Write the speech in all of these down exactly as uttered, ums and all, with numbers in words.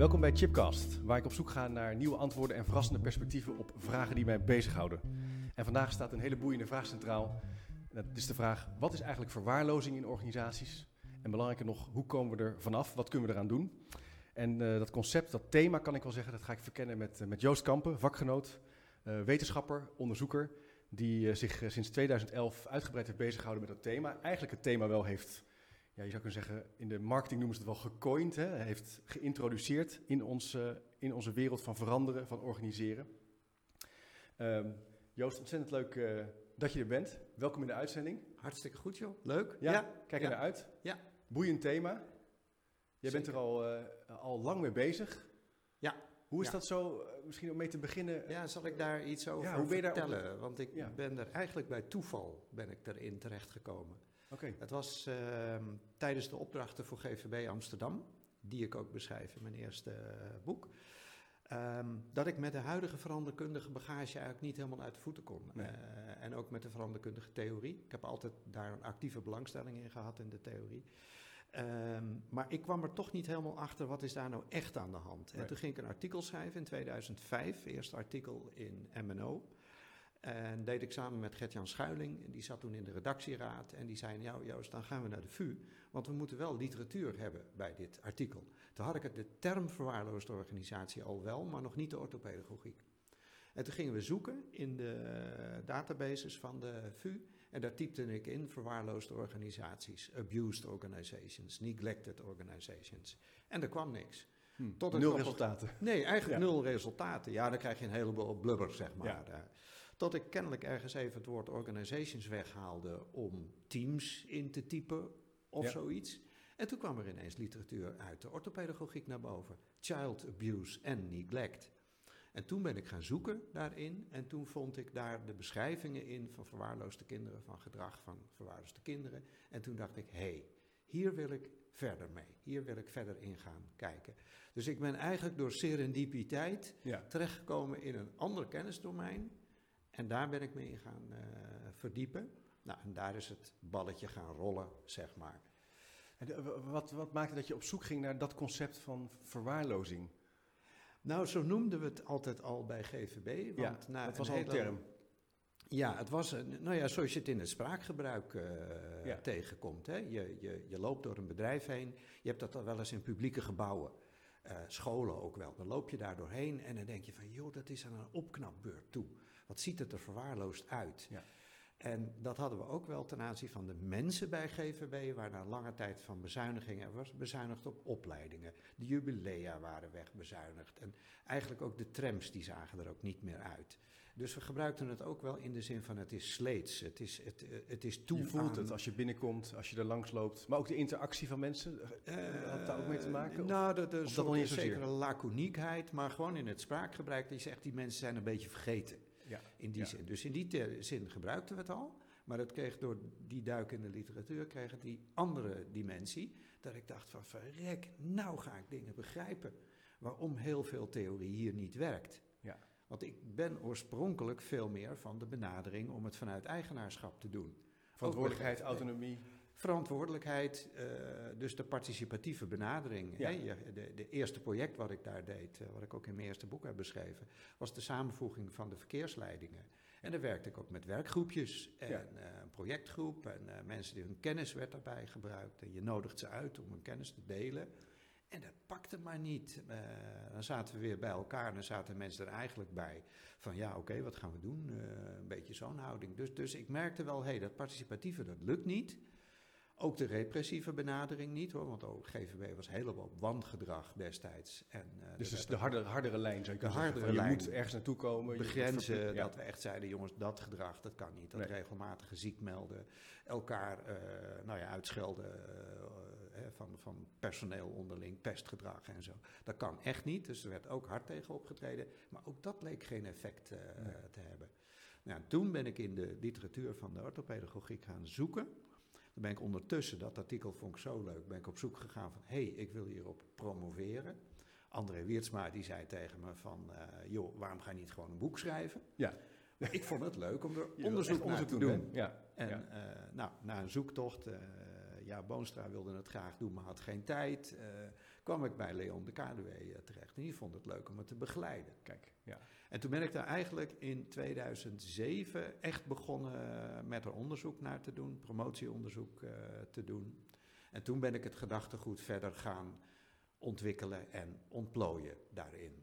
Welkom bij Chipcast, waar ik op zoek ga naar nieuwe antwoorden en verrassende perspectieven op vragen die mij bezighouden. En vandaag staat een hele boeiende vraag centraal. Dat is de vraag, wat is eigenlijk verwaarlozing in organisaties? En belangrijker nog, hoe komen we er vanaf? Wat kunnen we eraan doen? En uh, dat concept, dat thema kan ik wel zeggen, dat ga ik verkennen met, uh, met Joost Kampen, vakgenoot, uh, wetenschapper, onderzoeker, die uh, zich uh, sinds tweeduizend elf uitgebreid heeft bezighouden met dat thema. Eigenlijk het thema wel heeft, ja, je zou kunnen zeggen, in de marketing noemen ze het wel gecoind, hè? Hij heeft geïntroduceerd in, ons, uh, in onze wereld van veranderen, van organiseren. Um, Joost, ontzettend leuk uh, dat je er bent. Welkom in de uitzending. Hartstikke goed, joh. Leuk. Ja, ja. kijk er ja. naar uit. Ja. Boeiend thema. Jij Zeker. bent er al, uh, al lang mee bezig. Ja. Hoe is ja. dat zo, uh, misschien om mee te beginnen? Ja, zal ik daar iets over ja, hoe ben je vertellen? daar op... Want ik ja. ben er eigenlijk bij toeval ben ik erin terechtgekomen. Okay. Het was uh, tijdens de opdrachten voor G V B Amsterdam, die ik ook beschrijf in mijn eerste uh, boek, um, dat ik met de huidige veranderkundige bagage eigenlijk niet helemaal uit de voeten kon. Nee. Uh, en ook met de veranderkundige theorie. Ik heb altijd daar een actieve belangstelling in gehad in de theorie. Um, maar ik kwam er toch niet helemaal achter, wat is daar nou echt aan de hand? En nee. toen ging ik een artikel schrijven in tweeduizend vijf, eerste artikel in M en O. En deed ik samen met Gert-Jan Schuiling, die zat toen in de redactieraad. En die zei, nou Joost, dan gaan we naar de V U, want we moeten wel literatuur hebben bij dit artikel. Toen had ik het de term verwaarloosde organisatie al wel, maar nog niet de orthopedagogiek. En toen gingen we zoeken in de databases van de V U. En daar typte ik in verwaarloosde organisaties, abused organizations, neglected organizations. En er kwam niks. Hmm, Tot nul resultaten. Op, nee, eigenlijk ja. nul resultaten. Ja, dan krijg je een heleboel blubber, zeg maar. Ja. Tot ik kennelijk ergens even het woord organizations weghaalde om teams in te typen of ja. zoiets. En toen kwam er ineens literatuur uit de orthopedagogiek naar boven. Child abuse and neglect. En toen ben ik gaan zoeken daarin en toen vond ik daar de beschrijvingen in van verwaarloosde kinderen, van gedrag van verwaarloosde kinderen. En toen dacht ik, hé, hey, hier wil ik verder mee. Hier wil ik verder in gaan kijken. Dus ik ben eigenlijk door serendipiteit ja. terechtgekomen in een ander kennisdomein. En daar ben ik me in gaan uh, verdiepen. Nou, en daar is het balletje gaan rollen, zeg maar. En de, wat, wat maakte dat je op zoek ging naar dat concept van verwaarlozing? Nou, zo noemden we het altijd al bij G V B. Want ja, na dat was een al een hele, term. Ja, het was, nou ja, zoals je het in het spraakgebruik uh, ja. tegenkomt. Hè? Je, je, je loopt door een bedrijf heen, je hebt dat al wel eens in publieke gebouwen. Uh, scholen ook wel. Dan loop je daar doorheen en dan denk je van, joh, dat is aan een opknapbeurt toe. Wat ziet het er verwaarloosd uit? Ja. En dat hadden we ook wel ten aanzien van de mensen bij G V B, waar na lange tijd van bezuinigingen, er was bezuinigd op opleidingen. De jubilea waren wegbezuinigd en eigenlijk ook de trams, die zagen er ook niet meer uit. Dus we gebruikten het ook wel in de zin van het is sleets, het is, het, het is toe Je voelt aan... het als je binnenkomt, als je er langs loopt, maar ook de interactie van mensen, uh, had daar ook mee te maken? Nou, de, de of dat nog niet zozeer? Zekere laconiekheid, maar gewoon in het spraakgebruik, die zegt die mensen zijn een beetje vergeten. Ja, in die ja. zin. Dus in die te- zin gebruikten we het al. Maar dat kreeg door die duik in de literatuur, kreeg het die andere dimensie. Dat ik dacht van, verrek, nou ga ik dingen begrijpen. Waarom heel veel theorie hier niet werkt. Ja. Want ik ben oorspronkelijk veel meer van de benadering om het vanuit eigenaarschap te doen. Verantwoordelijkheid, autonomie. Verantwoordelijkheid, uh, dus de participatieve benadering. Ja. Hè? De, de eerste project wat ik daar deed, uh, wat ik ook in mijn eerste boek heb beschreven, was de samenvoeging van de verkeersleidingen. En daar werkte ik ook met werkgroepjes en ja. uh, een projectgroep en uh, mensen die hun kennis werd daarbij gebruikt. En je nodigt ze uit om hun kennis te delen. En dat pakte maar niet. Uh, dan zaten we weer bij elkaar en dan zaten mensen er eigenlijk bij van ja, oké, okay, wat gaan we doen? Uh, een beetje zo'n houding. Dus, dus ik merkte wel, hé, hey, dat participatieve, dat lukt niet. Ook de repressieve benadering niet, hoor, want ook G V B was helemaal op wangedrag destijds. En, uh, dus dus de hardere, hardere lijn, zou je kunnen zeggen. Van, je lijn. moet ergens naartoe komen. Begrenzen, je ja. dat we echt zeiden, jongens, dat gedrag, dat kan niet. Dat nee. regelmatige ziek melden, elkaar uh, nou ja, uitschelden uh, uh, van, van personeel onderling, pestgedrag en zo. Dat kan echt niet, dus er werd ook hard tegen opgetreden. Maar ook dat leek geen effect uh, nee. te hebben. Nou, toen ben ik in de literatuur van de orthopedagogiek gaan zoeken. Dan ben ik ondertussen, dat artikel vond ik zo leuk, ben ik op zoek gegaan van, hé, hey, ik wil hierop promoveren. André Wiertsma die zei tegen me van, uh, joh, waarom ga je niet gewoon een boek schrijven? Ja. Maar ik vond het leuk om er onderzoek naar te doen. doen. Ja. En ja. Uh, nou, na een zoektocht, uh, ja, Boonstra wilde het graag doen, maar had geen tijd. Uh, kwam ik bij Leon de Kaduwe uh, terecht. En die vond het leuk om me te begeleiden. Kijk, ja. En toen ben ik daar eigenlijk in tweeduizend zeven echt begonnen met er onderzoek naar te doen, promotieonderzoek uh, te doen. En toen ben ik het gedachtegoed verder gaan ontwikkelen en ontplooien daarin.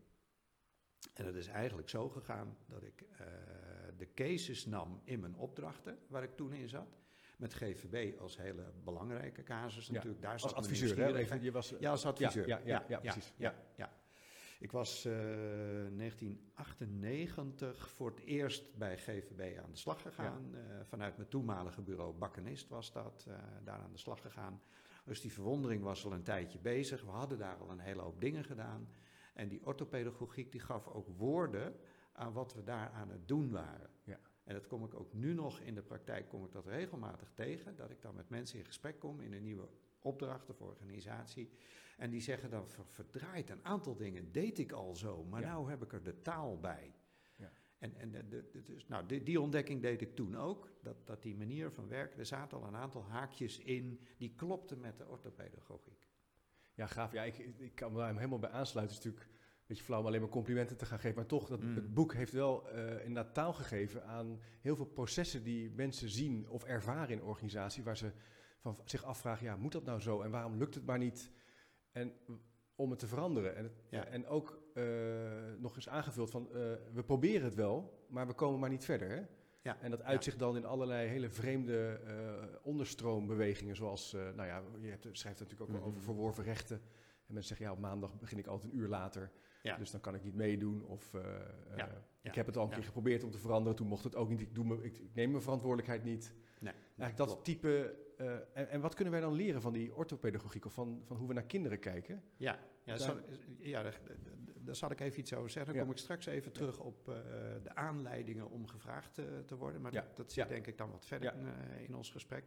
En het is eigenlijk zo gegaan dat ik uh, de cases nam in mijn opdrachten, waar ik toen in zat. Met G V B als hele belangrijke casus Ja, natuurlijk. Daar als zat mijn adviseur, hè? nieuwsgierigheid. Even, je was, uh, Ja, als adviseur. Ja, ja, ja, ja, precies. Ja, Ja. ja. Ik was uh, negentien achtennegentig voor het eerst bij G V B aan de slag gegaan. Ja. Uh, vanuit mijn toenmalige bureau Bakkenist was dat, uh, daar aan de slag gegaan. Dus die verwondering was al een tijdje bezig. We hadden daar al een hele hoop dingen gedaan. En die orthopedagogiek die gaf ook woorden aan wat we daar aan het doen waren. Ja. En dat kom ik ook nu nog in de praktijk, kom ik dat regelmatig tegen. Dat ik dan met mensen in gesprek kom in een nieuwe opdracht of organisatie. En die zeggen dan, verdraaid, een aantal dingen deed ik al zo, maar ja. nou heb ik er de taal bij. Ja. En, en de, de, de, dus, nou, die, die ontdekking deed ik toen ook, dat, dat die manier van werken, er zaten al een aantal haakjes in, die klopten met de orthopedagogiek. Ja, gaaf. Ja, ik, ik kan me daar helemaal bij aansluiten. Het is natuurlijk een beetje flauw om alleen maar complimenten te gaan geven. Maar toch, dat, mm. het boek heeft wel uh, inderdaad taal gegeven aan heel veel processen die mensen zien of ervaren in een organisatie. Waar ze van zich afvragen, ja, moet dat nou zo? En waarom lukt het maar niet? En om het te veranderen. En, het, ja. en ook uh, nog eens aangevuld van, uh, we proberen het wel, maar we komen maar niet verder. Hè? Ja. En dat uitzicht ja. dan in allerlei hele vreemde uh, onderstroombewegingen. Zoals, uh, nou ja, je hebt, schrijft natuurlijk ook mm-hmm. wel over verworven rechten. En mensen zeggen, ja, op maandag begin ik altijd een uur later. Ja. Dus dan kan ik niet meedoen. Of uh, ja. uh, ik ja. heb het al een ja. keer geprobeerd om te veranderen. Toen mocht het ook niet. Ik, doe me, ik, ik neem mijn verantwoordelijkheid niet. Nee, Eigenlijk dat klopt. type... Uh, en, en wat kunnen wij dan leren van die orthopedagogiek? Of van, van hoe we naar kinderen kijken? Ja, ja, zal, ja daar, daar zal ik even iets over zeggen. Dan ja. kom ik straks even terug op uh, de aanleidingen om gevraagd uh, te worden. Maar ja. dat, dat zit ja. denk ik dan wat verder ja. in, uh, in ons gesprek.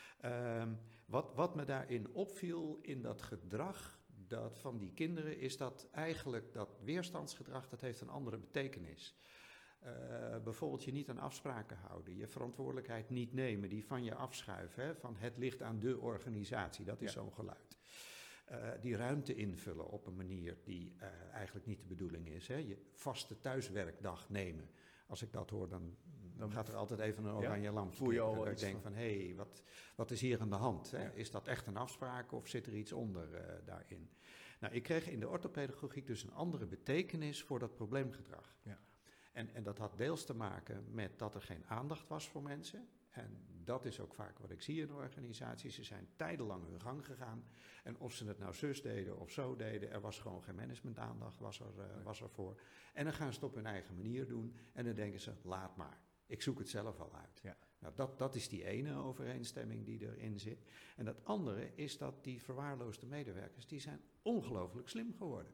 Um, wat, wat me daarin opviel in dat gedrag dat van die kinderen... is dat eigenlijk dat weerstandsgedrag, dat heeft een andere betekenis. Uh, bijvoorbeeld je niet aan afspraken houden, je verantwoordelijkheid niet nemen, die van je afschuiven, hè, van het ligt aan de organisatie, dat is ja. zo'n geluid. Uh, die ruimte invullen op een manier die uh, eigenlijk niet de bedoeling is. Hè. Je vaste thuiswerkdag nemen. Als ik dat hoor, dan, dan gaat er altijd even een oranje ja, lamp. Voel je al ik denk van, hé, hey, wat, wat is hier aan de hand? Hè? Ja. Is dat echt een afspraak of zit er iets onder uh, daarin? Nou, ik kreeg in de orthopedagogiek dus een andere betekenis voor dat probleemgedrag. Ja. En, en dat had deels te maken met dat er geen aandacht was voor mensen. En dat is ook vaak wat ik zie in organisaties. Ze zijn tijdenlang hun gang gegaan. En of ze het nou zus deden of zo deden, er was gewoon geen managementaandacht was er, uh, nee. was er voor. En dan gaan ze het op hun eigen manier doen. En dan denken ze, laat maar. Ik zoek het zelf al uit. Ja. Nou, dat, dat is die ene overeenstemming die erin zit. En dat andere is dat die verwaarloosde medewerkers, die zijn ongelooflijk slim geworden.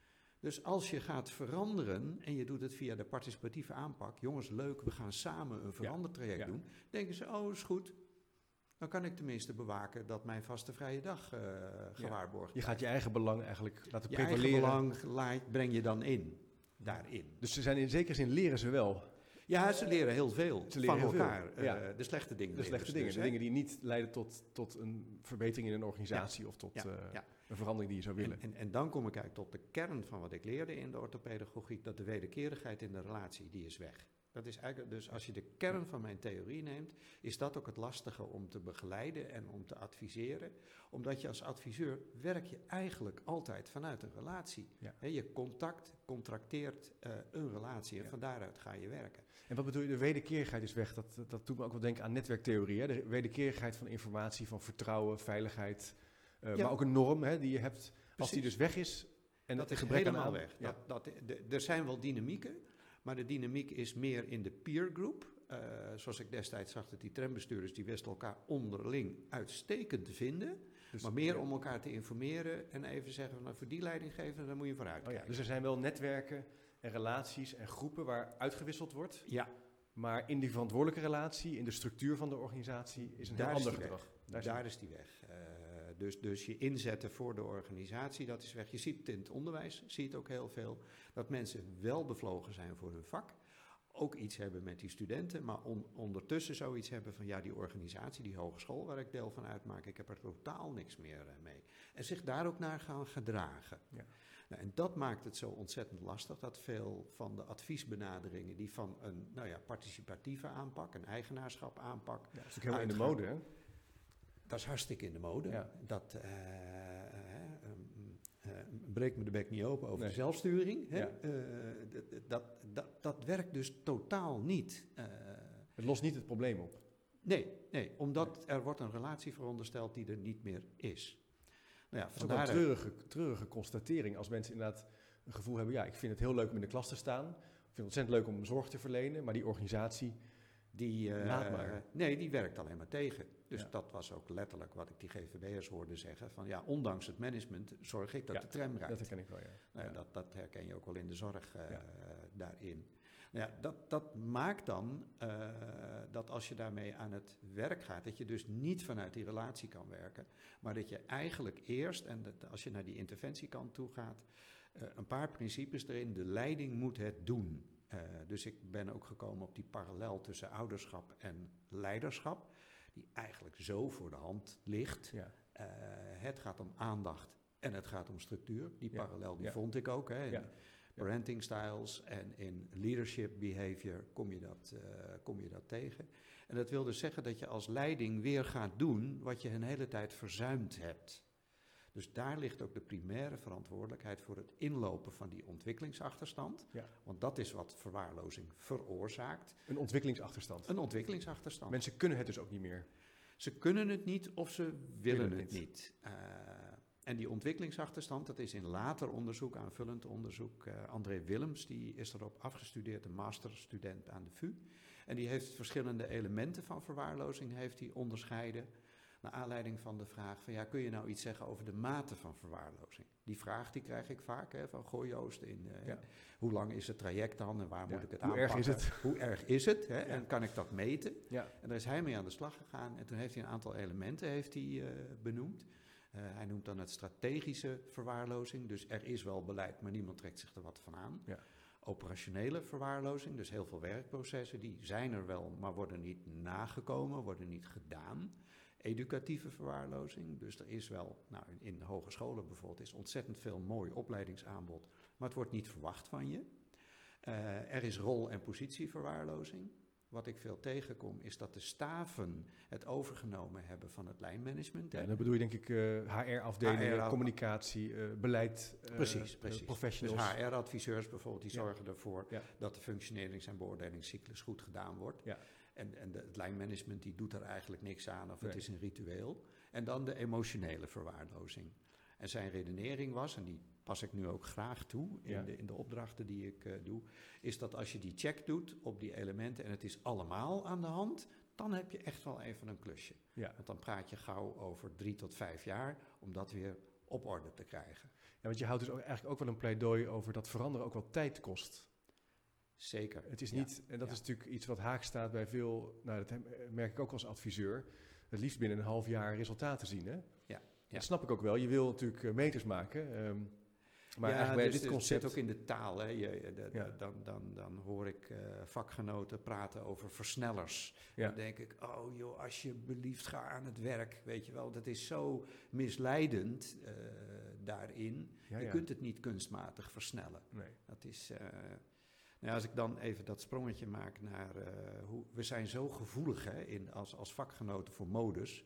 Dus als je gaat veranderen en je doet het via de participatieve aanpak, jongens, leuk, we gaan samen een verandertraject ja, ja. doen, denken ze, oh, is goed, dan kan ik tenminste bewaken dat mijn vaste vrije dag uh, gewaarborgd ja. Je gaat je eigen belang eigenlijk laten je prevaleren. Je eigen belang laat, breng je dan in, daarin. Dus ze zijn in zekere zin leren ze wel. Ja, ze leren heel veel ze leren van heel elkaar. Veel. Ja. Uh, de slechte dingen. De slechte dingen, dus, de dingen die niet leiden tot, tot een verbetering in een organisatie ja. of tot... Ja. Uh, ja. Een verandering die je zou willen. En, en, en dan kom ik eigenlijk tot de kern van wat ik leerde in de orthopedagogiek, dat de wederkerigheid in de relatie, die is weg. Dat is eigenlijk, dus als je de kern van mijn theorie neemt, is dat ook het lastige om te begeleiden en om te adviseren. Omdat je als adviseur werk je eigenlijk altijd vanuit een relatie. Ja. He, je contact, contracteert uh, een relatie en ja. van daaruit ga je werken. En wat bedoel je, de wederkerigheid is weg? Dat, dat, dat doet me ook wel denken aan netwerktheorie. Hè? De wederkerigheid van informatie, van vertrouwen, veiligheid... Uh, ja. Maar ook een norm hè, die je hebt, als Precies. die dus weg is. En dat, dat is gebrek helemaal aan weg. Ja. Dat, dat, de, er zijn wel dynamieken, maar de dynamiek is meer in de peer group. Uh, zoals ik destijds zag dat die trambestuurders, die wisten elkaar onderling uitstekend te vinden. Dus, maar meer ja. om elkaar te informeren en even zeggen, van, nou, voor die leidinggevende, daar moet je vooruit kijken. Oh ja, dus er zijn wel netwerken en relaties en groepen waar uitgewisseld wordt. Ja. Maar in die verantwoordelijke relatie, in de structuur van de organisatie, is een Daar heel is ander die gedrag. Daar, Daar is die weg. Uh, dus, dus je inzetten voor de organisatie, dat is weg. Je ziet het in het onderwijs, zie je het ook heel veel, dat mensen wel bevlogen zijn voor hun vak. ook iets hebben met die studenten, maar on, ondertussen zoiets hebben van ja, die organisatie, die hogeschool waar ik deel van uitmaak, ik heb er totaal niks meer uh, mee. En zich daar ook naar gaan gedragen. Ja. Nou, en dat maakt het zo ontzettend lastig, dat veel van de adviesbenaderingen die van een nou ja, participatieve aanpak, een eigenaarschap aanpak. Ja, dat is ook helemaal in de mode, hè? Dat is hartstikke in de mode. Ja. Dat uh, uh, uh, uh, breekt me de bek niet open over nee. de zelfsturing. Hè? Ja. Uh, d- dat, dat, dat werkt dus totaal niet. Uh, het lost niet het probleem op. Nee, nee, omdat nee. er wordt een relatie verondersteld die er niet meer is. Nou ja, dat is ook een treurige, treurige constatering als mensen inderdaad een gevoel hebben, ja, ik vind het heel leuk om in de klas te staan. Ik vind het ontzettend leuk om zorg te verlenen, maar die organisatie, die, uh, laat maar. Nee, die werkt alleen maar tegen. Dus ja. dat was ook letterlijk wat ik die G V B'ers hoorde zeggen. Van ja, ondanks het management zorg ik dat ja, de tram rijdt. Dat herken ik wel, ja. Nou, ja. ja. Dat, dat herken je ook wel in de zorg uh, ja. daarin. Nou ja, dat, dat maakt dan uh, dat als je daarmee aan het werk gaat, dat je dus niet vanuit die relatie kan werken, maar dat je eigenlijk eerst, en dat als je naar die interventiekant toe gaat, uh, een paar principes erin. De leiding moet het doen. Uh, dus ik ben ook gekomen op die parallel tussen ouderschap en leiderschap, die eigenlijk zo voor de hand ligt. Ja. Uh, het gaat om aandacht en het gaat om structuur. Die ja. parallel die ja. vond ik ook. Hè, in ja. parenting styles en in leadership behavior kom je, dat, uh, kom je dat tegen. En dat wil dus zeggen dat je als leiding weer gaat doen wat je een hele tijd verzuimd hebt. Dus daar ligt ook de primaire verantwoordelijkheid voor het inlopen van die ontwikkelingsachterstand. Ja. Want dat is wat verwaarlozing veroorzaakt. Een ontwikkelingsachterstand. Een ontwikkelingsachterstand. Mensen kunnen het dus ook niet meer. Ze kunnen het niet of ze willen, willen het niet. niet. Uh, en die ontwikkelingsachterstand, dat is in later onderzoek, aanvullend onderzoek. Uh, André Willems, die is erop afgestudeerd, een masterstudent aan de V U. En die heeft verschillende elementen van verwaarlozing heeft die onderscheiden. Naar aanleiding van de vraag van ja, kun je nou iets zeggen over de mate van verwaarlozing? Die vraag die krijg ik vaak hè, van goh Joost, in, uh, ja. hoe lang is het traject dan en waar ja. moet ik het hoe aanpakken? Erg is het? Hoe erg is het? Hè? Ja. En kan ik dat meten? Ja. En daar is hij mee aan de slag gegaan en toen heeft hij een aantal elementen heeft hij, uh, benoemd. Uh, hij noemt dan het strategische verwaarlozing, dus er is wel beleid, maar niemand trekt zich er wat van aan. Ja. Operationele verwaarlozing, dus heel veel werkprocessen, die zijn er wel, maar worden niet nagekomen, worden niet gedaan. Educatieve verwaarlozing, dus er is wel, nou in, in hogescholen bijvoorbeeld, is ontzettend veel mooi opleidingsaanbod, maar het wordt niet verwacht van je. Uh, er is rol- en positieverwaarlozing. Wat ik veel tegenkom is dat de staven het overgenomen hebben van het lijnmanagement. Ja, dan bedoel je denk ik uh, H R-afdelingen, H R communicatie, uh, beleid, uh, precies, precies. Uh, professionals. Dus H R-adviseurs bijvoorbeeld, die ja. zorgen ervoor ja. dat de functionerings- en beoordelingscyclus goed gedaan wordt. Ja. En, en de, het lijnmanagement die doet er eigenlijk niks aan of nee. het is een ritueel. En dan de emotionele verwaarlozing. En zijn redenering was, en die pas ik nu ook graag toe in, ja. de, in de opdrachten die ik uh, doe, is dat als je die check doet op die elementen en het is allemaal aan de hand, dan heb je echt wel even een klusje. Ja. Want dan praat je gauw over drie tot vijf jaar om dat weer op orde te krijgen. Ja, want je houdt dus ook, eigenlijk ook wel een pleidooi over dat veranderen ook wel tijd kost. Zeker. Het is niet, ja. en dat ja. is natuurlijk iets wat haak staat bij veel, nou dat merk ik ook als adviseur, het liefst binnen een half jaar resultaten zien, hè? Ja. Ja. Dat snap ik ook wel. Je wil natuurlijk uh, meters maken. Um, maar ja, eigenlijk bij dus dit concept... Het zit ook in de taal. Hè. Je, de, ja. dan, dan, dan hoor ik uh, vakgenoten praten over versnellers. Ja. Dan denk ik, oh joh, alsjeblieft ga aan het werk. Weet je wel, dat is zo misleidend uh, daarin. Ja, je ja. kunt het niet kunstmatig versnellen. Nee. Dat is... Uh, nou, als ik dan even dat sprongetje maak naar... Uh, hoe, we zijn zo gevoelig hè, in, als, als vakgenoten voor modus...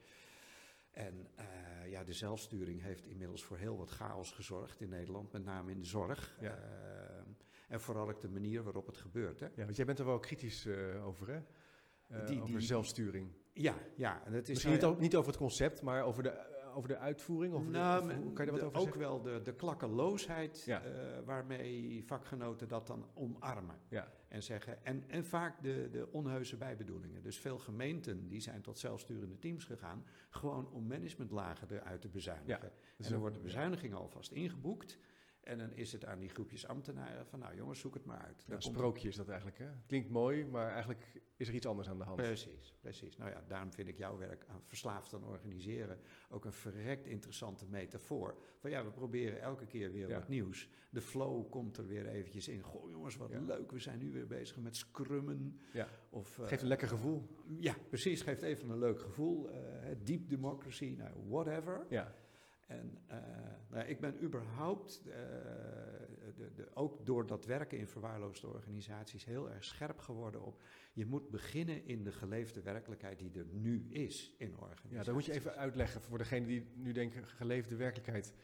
En uh, ja, de zelfsturing heeft inmiddels voor heel wat chaos gezorgd in Nederland, met name in de zorg. Ja. Uh, en vooral ook de manier waarop het gebeurt. Hè. Ja, want jij bent er wel kritisch uh, over, hè? Uh, die, over die, zelfsturing. Ja, ja. En het is Misschien niet, al, niet over het concept, maar over de, uh, over de uitvoering? Of nou, de, of, kan je daar wat de, over ook zeggen? wel de, de klakkeloosheid ja. uh, waarmee vakgenoten dat dan omarmen. Ja. En zeggen, en, en vaak de, de onheuse bijbedoelingen. Dus veel gemeenten die zijn tot zelfsturende teams gegaan, gewoon om managementlagen eruit te bezuinigen. Ja, en dan wordt de bezuiniging alvast ingeboekt. En dan is het aan die groepjes ambtenaren van, nou jongens, zoek het maar uit. Ja, een sprookje is dat eigenlijk, hè? Klinkt mooi, maar eigenlijk is er iets anders aan de hand. Precies, precies. Nou ja, daarom vind ik jouw werk aan verslaafd aan organiseren ook een verrekt interessante metafoor. Van ja, we proberen elke keer weer Ja. wat nieuws. De flow komt er weer eventjes in. Goh jongens, wat Ja. leuk, we zijn nu weer bezig met scrummen. Ja. Of, Het geeft een lekker gevoel. Uh, ja, precies, geeft even een leuk gevoel. Uh, deep democracy, nou, whatever. Ja. En uh, nou, ik ben überhaupt, uh, de, de, ook door dat werken in verwaarloosde organisaties, heel erg scherp geworden op, je moet beginnen in de geleefde werkelijkheid die er nu is in organisaties. Ja, dat moet je even uitleggen voor degenen die nu denken, geleefde werkelijkheid.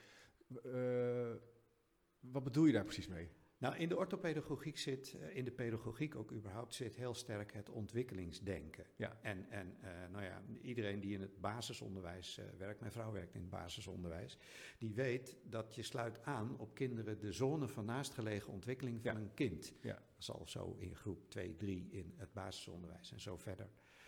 Uh, wat bedoel je daar precies mee? Nou, in de orthopedagogiek zit, uh, in de pedagogiek ook überhaupt, zit heel sterk het ontwikkelingsdenken. Ja. En, en uh, nou ja, iedereen die in het basisonderwijs uh, werkt, mijn vrouw werkt in het basisonderwijs, die weet dat je sluit aan op kinderen de zone van naastgelegen ontwikkeling van ja. een kind. Ja. Dat is al zo in groep twee, drie in het basisonderwijs en zo verder.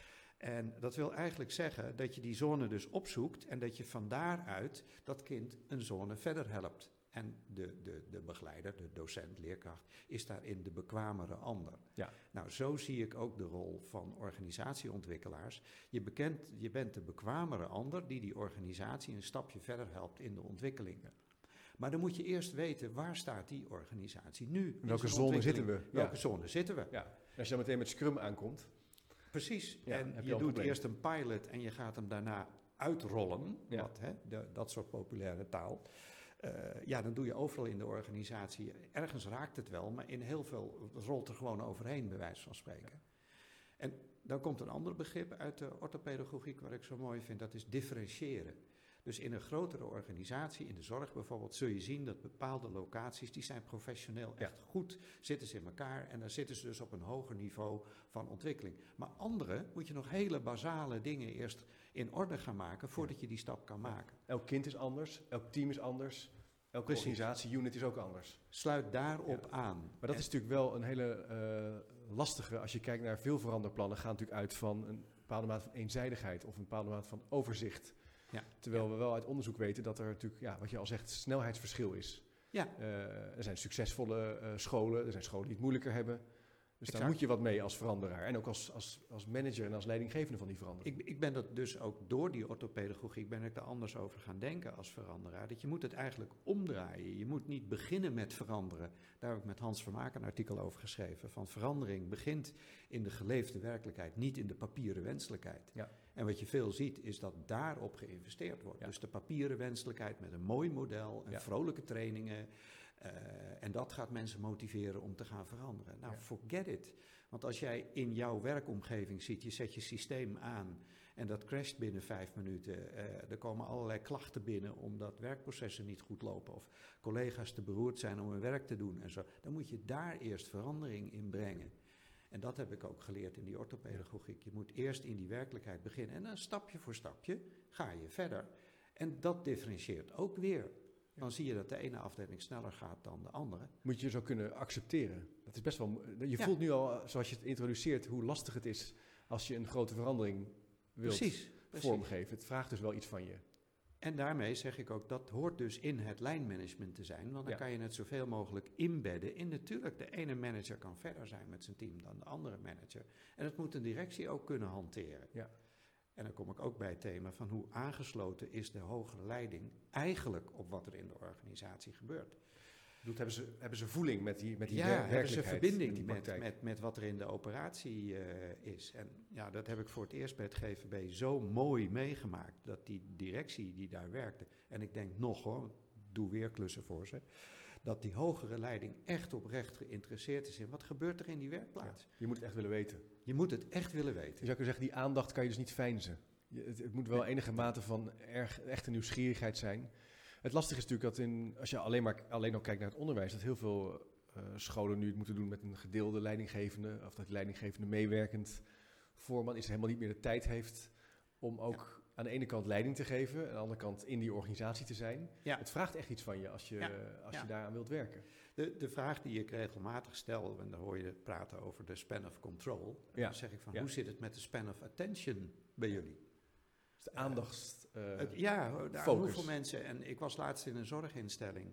En dat wil eigenlijk zeggen dat je die zone dus opzoekt en dat je van daaruit dat kind een zone verder helpt. En de, de, de begeleider, de docent, leerkracht, is daarin de bekwamere ander. Ja. Nou, zo zie ik ook de rol van organisatieontwikkelaars. Je, bekent, je bent de bekwamere ander die die organisatie een stapje verder helpt in de ontwikkeling. Ja. Maar dan moet je eerst weten, waar staat die organisatie nu? In welke zone zitten we? Welke ja. zone zitten we? Ja. Als je dan meteen met Scrum aankomt. Precies. Ja, en je, je doet probleem. eerst een pilot en je gaat hem daarna uitrollen. Ja. Wat, hè, de, dat soort populaire taal. Uh, ja, dan doe je overal in de organisatie. Ergens raakt het wel, maar in heel veel rolt er gewoon overheen, bij wijze van spreken. Ja. En dan komt een ander begrip uit de orthopedagogiek, wat ik zo mooi vind, dat is differentiëren. Dus in een grotere organisatie, in de zorg bijvoorbeeld, zul je zien dat bepaalde locaties, die zijn professioneel echt ja. goed, zitten ze in elkaar en dan zitten ze dus op een hoger niveau van ontwikkeling. Maar andere moet je nog hele basale dingen eerst in orde gaan maken voordat je die stap kan maken. Elk kind is anders, elk team is anders, elke Precies. organisatie-unit is ook anders. Sluit daarop ja. aan. Maar dat en is natuurlijk wel een hele uh, lastige, als je kijkt naar veel veranderplannen, gaan natuurlijk uit van een bepaalde mate van eenzijdigheid of een bepaalde mate van overzicht. Ja. Terwijl ja. we wel uit onderzoek weten dat er natuurlijk, ja, wat je al zegt, snelheidsverschil is. Ja. Uh, er zijn succesvolle uh, scholen, er zijn scholen die het moeilijker hebben. Dus exact. daar moet je wat mee als veranderaar. En ook als, als, als manager en als leidinggevende van die verandering. Ik, ik ben dat dus ook door die orthopedagogiek ben ik er anders over gaan denken als veranderaar. Dat je moet het eigenlijk omdraaien. Je moet niet beginnen met veranderen. Daar heb ik met Hans Vermaak een artikel over geschreven. Van verandering begint in de geleefde werkelijkheid, niet in de papieren wenselijkheid. Ja. En wat je veel ziet is dat daarop geïnvesteerd wordt. Ja. Dus de papieren wenselijkheid met een mooi model en ja. vrolijke trainingen. Uh, en dat gaat mensen motiveren om te gaan veranderen. Nou, ja. forget it. Want als jij in jouw werkomgeving ziet, je zet je systeem aan en dat crasht binnen vijf minuten. Uh, er komen allerlei klachten binnen omdat werkprocessen niet goed lopen of collega's te beroerd zijn om hun werk te doen en zo. Dan moet je daar eerst verandering in brengen. En dat heb ik ook geleerd in die orthopedagogiek. Je moet eerst in die werkelijkheid beginnen en dan stapje voor stapje ga je verder. En dat differentieert ook weer. Dan zie je dat de ene afdeling sneller gaat dan de andere. Moet je zo kunnen accepteren. Dat is best wel. Je ja. voelt nu al, zoals je het introduceert, hoe lastig het is als je een grote verandering wilt precies, precies. vormgeven. Het vraagt dus wel iets van je. En daarmee zeg ik ook, dat hoort dus in het lijnmanagement te zijn. Want dan ja. kan je het zoveel mogelijk inbedden. In natuurlijk, de ene manager kan verder zijn met zijn team dan de andere manager. En dat moet een directie ook kunnen hanteren. Ja. En dan kom ik ook bij het thema van hoe aangesloten is de hogere leiding eigenlijk op wat er in de organisatie gebeurt. Bedoelt, hebben ze, hebben ze voeling met die, met die ja, werkelijkheid? hebben ze verbinding met, met, met, met wat er in de operatie uh, is. En ja, dat heb ik voor het eerst bij het G V B zo mooi meegemaakt. Dat die directie die daar werkte, en ik denk nog hoor, doe weer klussen voor ze. Dat die hogere leiding echt oprecht geïnteresseerd is in wat gebeurt er in die werkplaats. Ja, je moet het echt willen weten. Je moet het echt willen weten. Je zou kunnen zeggen, die aandacht kan je dus niet veinzen. Je, het, het moet wel enige mate van erg, echte nieuwsgierigheid zijn. Het lastige is natuurlijk dat in, als je alleen maar alleen ook kijkt naar het onderwijs, dat heel veel uh, scholen nu het moeten doen met een gedeelde leidinggevende, of dat die leidinggevende meewerkend voorman is, helemaal niet meer de tijd heeft om ook ja. aan de ene kant leiding te geven, aan de andere kant in die organisatie te zijn. Ja. Het vraagt echt iets van je als je, ja. als ja. je daaraan wilt werken. De, de vraag die ik regelmatig stel, en dan hoor je praten over de span of control, ja. dan zeg ik van, ja. hoe zit het met de span of attention bij jullie? Dus de aandachts... Uh, het, ja, de, hoeveel mensen, en ik was laatst in een zorginstelling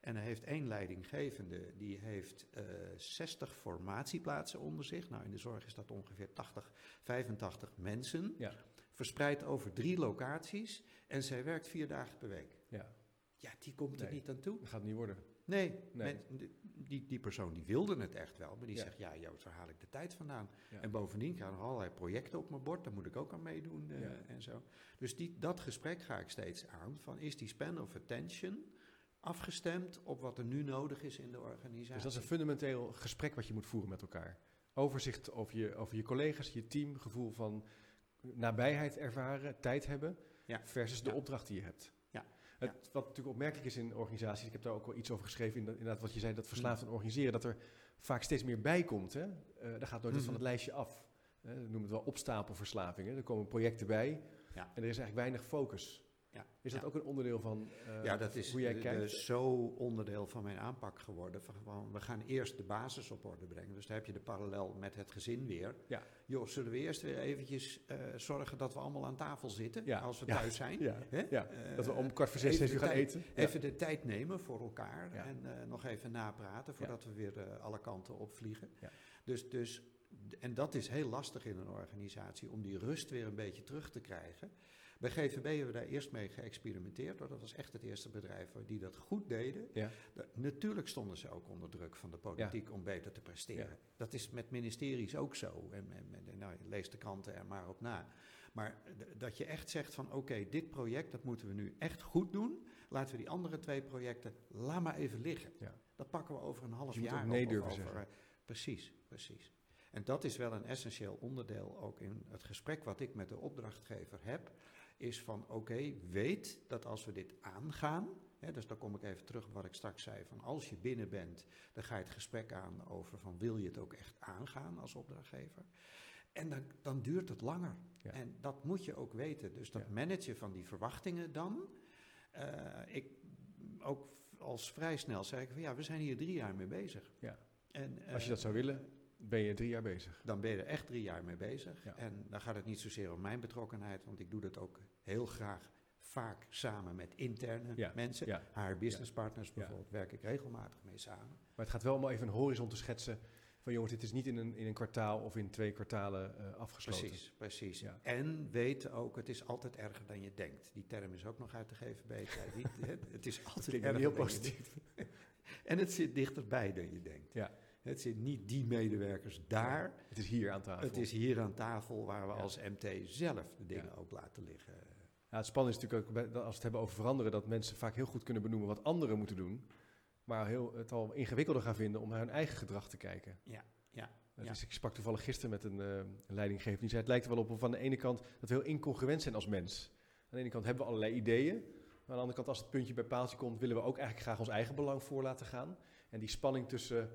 En hij heeft één leidinggevende, die heeft uh, zestig formatieplaatsen onder zich. Nou, in de zorg is dat ongeveer tachtig, vijfentachtig mensen. Ja. Verspreid over drie locaties. En zij werkt vier dagen per week. Ja, ja die komt er nee, niet aan toe. Dat gaat het niet worden. Nee, nee. Men, die, die persoon die wilde het echt wel. Maar die ja. zegt, ja Joost, waar haal ik de tijd vandaan? Ja. En bovendien gaan er allerlei projecten op mijn bord. Daar moet ik ook aan meedoen uh, ja. en zo. Dus die, dat gesprek ga ik steeds aan. Van is die span of attention afgestemd op wat er nu nodig is in de organisatie? Dus dat is een fundamenteel gesprek wat je moet voeren met elkaar. Overzicht over je, over je collega's, je team, gevoel van nabijheid ervaren, tijd hebben, ja. versus de ja. opdracht die je hebt. Ja. Het, ja. Wat natuurlijk opmerkelijk is in organisaties, ik heb daar ook wel iets over geschreven, inderdaad wat je zei, dat verslaafd en organiseren, dat er vaak steeds meer bij komt. Hè? Uh, daar gaat nooit mm-hmm. van het lijstje af. Uh, we noemen het wel opstapelverslavingen. Er komen projecten bij ja. en er is eigenlijk weinig focus. Ja, is dat ja. ook een onderdeel van uh, ja, dat is hoe jij de, kijkt? De, zo onderdeel van mijn aanpak geworden. Van, we gaan eerst de basis op orde brengen. Dus daar heb je de parallel met het gezin weer. Ja. Joh, zullen we eerst weer eventjes uh, zorgen dat we allemaal aan tafel zitten ja. als we ja. thuis zijn? Ja. Hè? Ja. Uh, dat we om kwart voor zes steeds weer gaan tijd, eten. Even ja. de tijd nemen voor elkaar ja. en uh, nog even napraten voordat ja. we weer uh, alle kanten opvliegen. Ja. Dus, dus, en dat is heel lastig in een organisatie om die rust weer een beetje terug te krijgen. Bij G V B hebben we daar eerst mee geëxperimenteerd. Hoor. Dat was echt het eerste bedrijf die dat goed deden. Ja. De, natuurlijk stonden ze ook onder druk van de politiek ja. om beter te presteren. Ja. Dat is met ministeries ook zo. En, en, en, nou, lees de kranten er maar op na. Maar d- dat je echt zegt van oké, okay, dit project dat moeten we nu echt goed doen. Laten we die andere twee projecten, laat maar even liggen. Ja. Dat pakken we over een half je jaar. Je moet ook nee durven over, zeggen. Uh, precies, precies. En dat is wel een essentieel onderdeel ook in het gesprek wat ik met de opdrachtgever heb. Is van oké, okay, weet dat als we dit aangaan, hè, dus dan kom ik even terug op wat ik straks zei, van als je binnen bent, dan ga je het gesprek aan over van wil je het ook echt aangaan als opdrachtgever. En dan, dan duurt het langer. Ja. En dat moet je ook weten. Dus dat ja. managen van die verwachtingen dan, uh, ik ook als vrij snel zei ik van ja, we zijn hier drie jaar mee bezig. Ja. En, uh, als je dat zou willen, ben je drie jaar bezig. Dan ben je er echt drie jaar mee bezig. Ja. En dan gaat het niet zozeer om mijn betrokkenheid, want ik doe dat ook heel graag vaak samen met interne ja. mensen. Ja. Haar businesspartners ja. bijvoorbeeld, ja. werk ik regelmatig mee samen. Maar het gaat wel om even een horizon te schetsen van jongens, dit is niet in een, in een kwartaal of in twee kwartalen uh, afgesloten. Precies, precies. Ja. En weet ook, het is altijd erger dan je denkt. Die term is ook nog uit de G V B. Het is altijd erger heel dan positief. Je en het zit dichterbij dan je denkt. Ja. Het zit niet die medewerkers daar. Ja, het is hier aan tafel. Het is hier aan tafel waar we ja. als M T zelf de dingen ja. ook laten liggen. Ja, het spannende is natuurlijk ook, als we het hebben over veranderen, dat mensen vaak heel goed kunnen benoemen wat anderen moeten doen, maar heel, het al ingewikkelder gaan vinden om naar hun eigen gedrag te kijken. Ja, ja. Het ja. is, ik sprak toevallig gisteren met een, uh, een leidinggever die zei, het lijkt er wel op of aan de ene kant dat we heel incongruent zijn als mens. Aan de ene kant hebben we allerlei ideeën, maar aan de andere kant als het puntje bij paaltje komt, willen we ook eigenlijk graag ons eigen belang voor laten gaan. En die spanning tussen...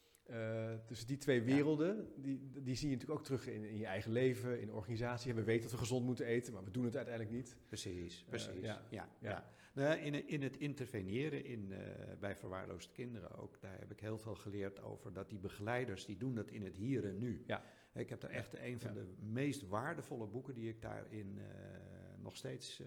Uh, tussen die twee werelden, ja. die, die zie je natuurlijk ook terug in, in je eigen leven, in de organisatie. We weten dat we gezond moeten eten, maar we doen het uiteindelijk niet. Precies, precies. Uh, ja, ja, ja. ja. Nou, in, in het interveneren in, uh, bij verwaarloosde kinderen ook, daar heb ik heel veel geleerd over dat die begeleiders, die doen dat in het hier en nu. Ja. Ik heb daar echt een van ja. de meest waardevolle boeken die ik daarin uh, nog steeds... Uh,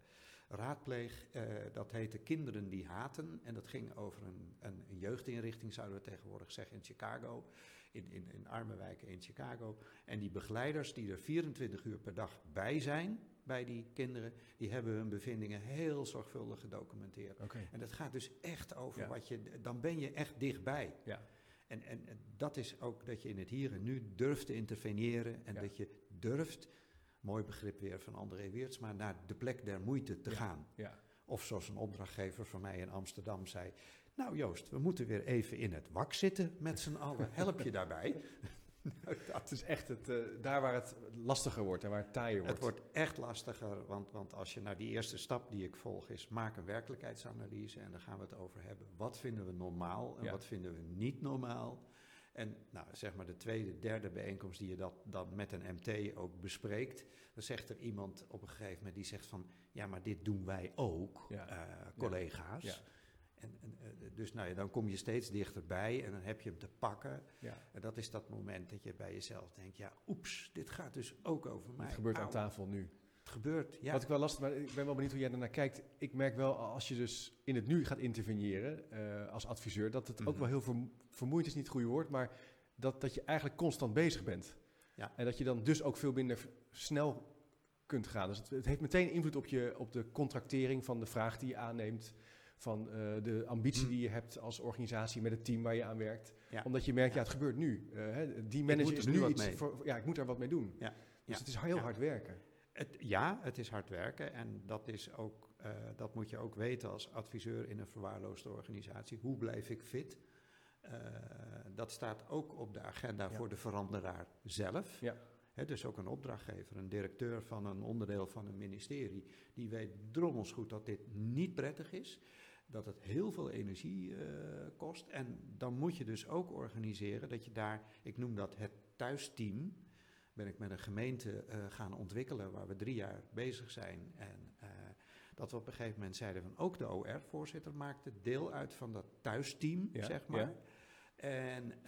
raadpleeg, uh, dat heette Kinderen die haten. En dat ging over een, een, een jeugdinrichting, zouden we tegenwoordig zeggen, in Chicago. In, in, in arme wijken in Chicago. En die begeleiders die er vierentwintig uur per dag bij zijn, bij die kinderen, die hebben hun bevindingen heel zorgvuldig gedocumenteerd. Okay. En dat gaat dus echt over ja. wat je, dan ben je echt dichtbij. Ja. En, en, en dat is ook dat je in het hier en nu durft te interveneren en ja. dat je durft... Mooi begrip weer van André Weerts, maar naar de plek der moeite te ja, gaan. Ja. Of zoals een opdrachtgever van mij in Amsterdam zei... Nou Joost, we moeten weer even in het wak zitten met z'n allen. Help je daarbij? Nou, dat is echt het, uh, daar waar het lastiger wordt en waar het taaier wordt. Het wordt echt lastiger, want, want als je naar die eerste stap die ik volg is... maak een werkelijkheidsanalyse en daar gaan we het over hebben. Wat vinden we normaal en ja. wat vinden we niet normaal? En nou, zeg maar de tweede, derde bijeenkomst die je dat dan met een M T ook bespreekt... dan zegt er iemand op een gegeven moment die zegt van... ja, maar dit doen wij ook, ja. uh, collega's. Ja. Ja. En, en, uh, dus nou ja, dan kom je steeds dichterbij en dan heb je hem te pakken. Ja. En dat is dat moment dat je bij jezelf denkt... ja, oeps, dit gaat dus ook over mij. Het gebeurt Auw. aan tafel nu. Het gebeurt, ja. Wat ik wel lastig, maar ik ben wel benieuwd hoe jij ernaar kijkt. Ik merk wel, als je dus in het nu gaat interveneren uh, als adviseur, dat het mm-hmm. ook wel heel vermo- vermoeiend is, niet het goede woord, maar dat, dat je eigenlijk constant bezig bent. Ja. En dat je dan dus ook veel minder v- snel kunt gaan. Dus het, het heeft meteen invloed op, je, op de contractering van de vraag die je aanneemt, van uh, de ambitie mm. die je hebt als organisatie met het team waar je aan werkt. Ja. Omdat je merkt, ja, ja het gebeurt nu. Uh, hè, die manager is nu, nu iets voor, ja, ik moet daar wat mee doen. Ja. Dus ja. het is heel ja. hard werken. Het, ja, het is hard werken en dat, is ook, uh, dat moet je ook weten als adviseur in een verwaarloosde organisatie. Hoe blijf ik fit? Uh, dat staat ook op de agenda ja. voor de veranderaar zelf. Ja. He, dus ook een opdrachtgever, een directeur van een onderdeel van een ministerie, die weet drommels goed dat dit niet prettig is, dat het heel veel energie uh, kost. En dan moet je dus ook organiseren dat je daar, ik noem dat het thuisteam, ben ik met een gemeente uh, gaan ontwikkelen waar we drie jaar bezig zijn. En uh, dat we op een gegeven moment zeiden van ook de O R-voorzitter maakte deel uit van dat thuisteam, ja, zeg maar. Ja. En uh,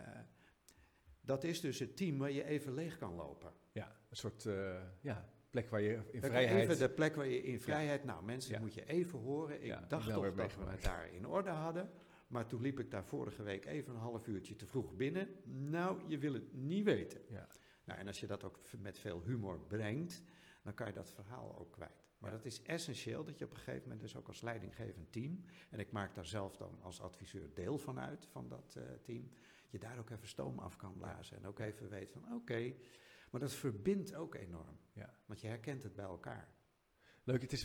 dat is dus het team waar je even leeg kan lopen. Ja, een soort uh, ja, plek waar je in dat vrijheid... Even de plek waar je in vrijheid... Ja. Nou, mensen, ja. moet je even horen. Ik ja, dacht toch dat we het daar in orde hadden. Maar toen liep ik daar vorige week even een half uurtje te vroeg binnen. Nou, je wil het niet weten. Ja. Nou, en als je dat ook met veel humor brengt, dan kan je dat verhaal ook kwijt. Maar ja. dat is essentieel dat je op een gegeven moment dus ook als leidinggevend team, en ik maak daar zelf dan als adviseur deel van uit, van dat uh, team, je daar ook even stoom af kan blazen en ook even weet van oké, okay, maar dat verbindt ook enorm. Ja. Want je herkent het bij elkaar. Leuk, het is, uh,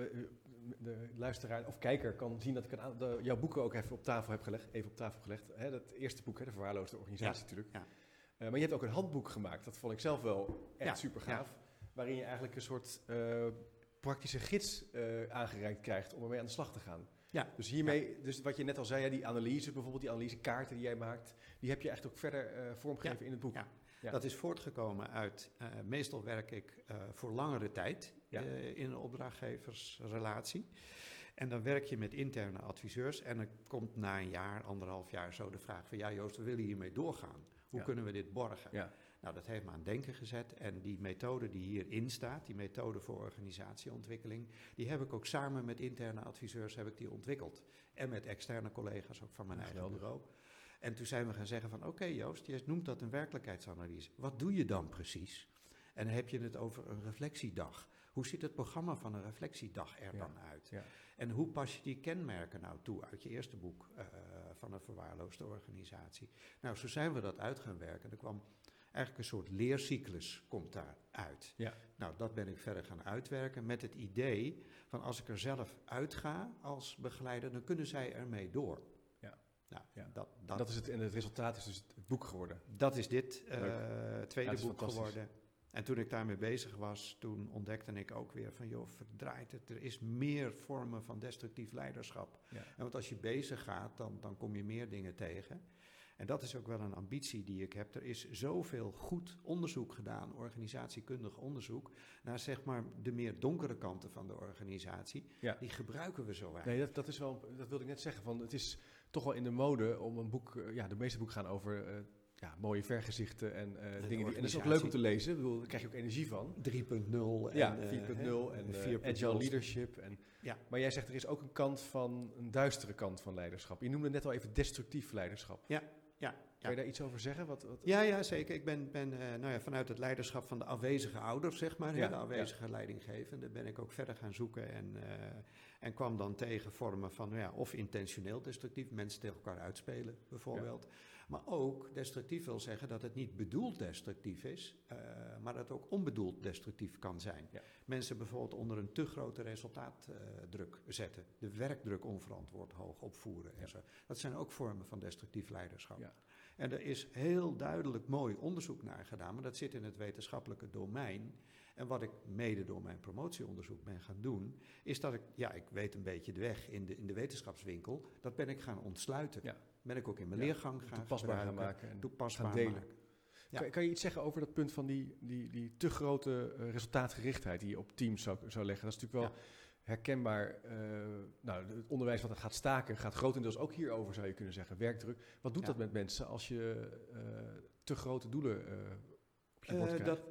de luisteraar of kijker kan zien dat ik een, de, jouw boeken ook even op tafel heb gelegd, even op tafel gelegd. Hè, dat eerste boek, hè, de verwaarloosde organisatie ja. natuurlijk. Ja. Uh, maar je hebt ook een handboek gemaakt, dat vond ik zelf wel echt ja, super gaaf. Ja. Waarin je eigenlijk een soort uh, praktische gids uh, aangereikt krijgt om ermee aan de slag te gaan. Ja. Dus hiermee, ja. dus wat je net al zei, ja, die analyse, bijvoorbeeld die analysekaarten die jij maakt, die heb je echt ook verder uh, vormgegeven ja. in het boek. Ja. Ja. Dat is voortgekomen uit, uh, meestal werk ik uh, voor langere tijd ja. uh, in een opdrachtgeversrelatie. En dan werk je met interne adviseurs en dan komt na een jaar, anderhalf jaar zo de vraag van ja Joost, we willen hiermee doorgaan. Hoe ja. kunnen we dit borgen? Ja. Nou, dat heeft me aan het denken gezet. En die methode die hierin staat, die methode voor organisatieontwikkeling, die heb ik ook samen met interne adviseurs heb ik die ontwikkeld. En met externe collega's ook van mijn ja, eigen geweldig. bureau. En toen zijn we gaan zeggen van oké okay, Joost, je noemt dat een werkelijkheidsanalyse. Wat doe je dan precies? En dan heb je het over een reflectiedag. Hoe ziet het programma van een reflectiedag er ja. dan uit? Ja. En hoe pas je die kenmerken nou toe uit je eerste boek uh, van een verwaarloosde organisatie? Nou, zo zijn we dat uit gaan werken. Er kwam eigenlijk een soort leercyclus komt daaruit. Ja. Nou, dat ben ik verder gaan uitwerken met het idee van als ik er zelf uitga als begeleider, dan kunnen zij ermee door. Ja. Nou, ja. Dat, dat, dat is het, en het resultaat is dus het boek geworden. Dat is dit uh, tweede ja, boek geworden. En toen ik daarmee bezig was, toen ontdekte ik ook weer van joh, verdraait het. Er is meer vormen van destructief leiderschap. Ja. En want als je bezig gaat, dan, dan kom je meer dingen tegen. En dat is ook wel een ambitie die ik heb. Er is zoveel goed onderzoek gedaan, organisatiekundig onderzoek, naar zeg maar de meer donkere kanten van de organisatie. Ja. Die gebruiken we zo weinig. Nee, dat, dat is wel, dat wilde ik net zeggen. Van, het is toch wel in de mode om een boek, ja, de meeste boeken gaan over uh, ja, mooie vergezichten en uh, dingen. Die, en dat is ook leuk om te lezen. Ik bedoel, daar krijg je ook energie van. drie punt nul. Ja, vier punt nul en, uh, en uh, agile leadership. En, ja. Maar jij zegt er is ook een kant van, een duistere kant van leiderschap. Je noemde net al even destructief leiderschap. Ja. Ja, Kan je daar iets over zeggen? Wat, wat... Ja, ja, zeker. Ik ben, ben uh, nou ja, vanuit het leiderschap van de afwezige ouder, zeg maar, ja, hè, de afwezige ja. leidinggevende, ben ik ook verder gaan zoeken en, uh, en kwam dan tegen vormen van, ja, of intentioneel destructief, mensen tegen elkaar uitspelen bijvoorbeeld. Ja. Maar ook destructief wil zeggen dat het niet bedoeld destructief is, uh, maar dat het ook onbedoeld destructief kan zijn. Ja. Mensen bijvoorbeeld onder een te grote resultaatdruk uh, zetten, de werkdruk onverantwoord hoog opvoeren en ja. zo. Dat zijn ook vormen van destructief leiderschap. Ja. En er is heel duidelijk mooi onderzoek naar gedaan, maar dat zit in het wetenschappelijke domein. En wat ik mede door mijn promotieonderzoek ben gaan doen, is dat ik, ja, ik weet een beetje de weg in de, in de wetenschapswinkel, dat ben ik gaan ontsluiten. Ja. Ben ik ook in mijn ja, leergang gaan toepasbaar gaan maken en toepasbaar gaan delen. Maken. Ja. Kan, kan je iets zeggen over dat punt van die, die, die te grote uh, resultaatgerichtheid die je op teams zou, zou leggen? Dat is natuurlijk wel ja. herkenbaar. Uh, nou, het onderwijs wat gaat staken gaat grotendeels ook hierover, zou je kunnen zeggen. Werkdruk. Wat doet ja. dat met mensen als je uh, te grote doelen uh, op je bord uh, krijgt? Dat, dat,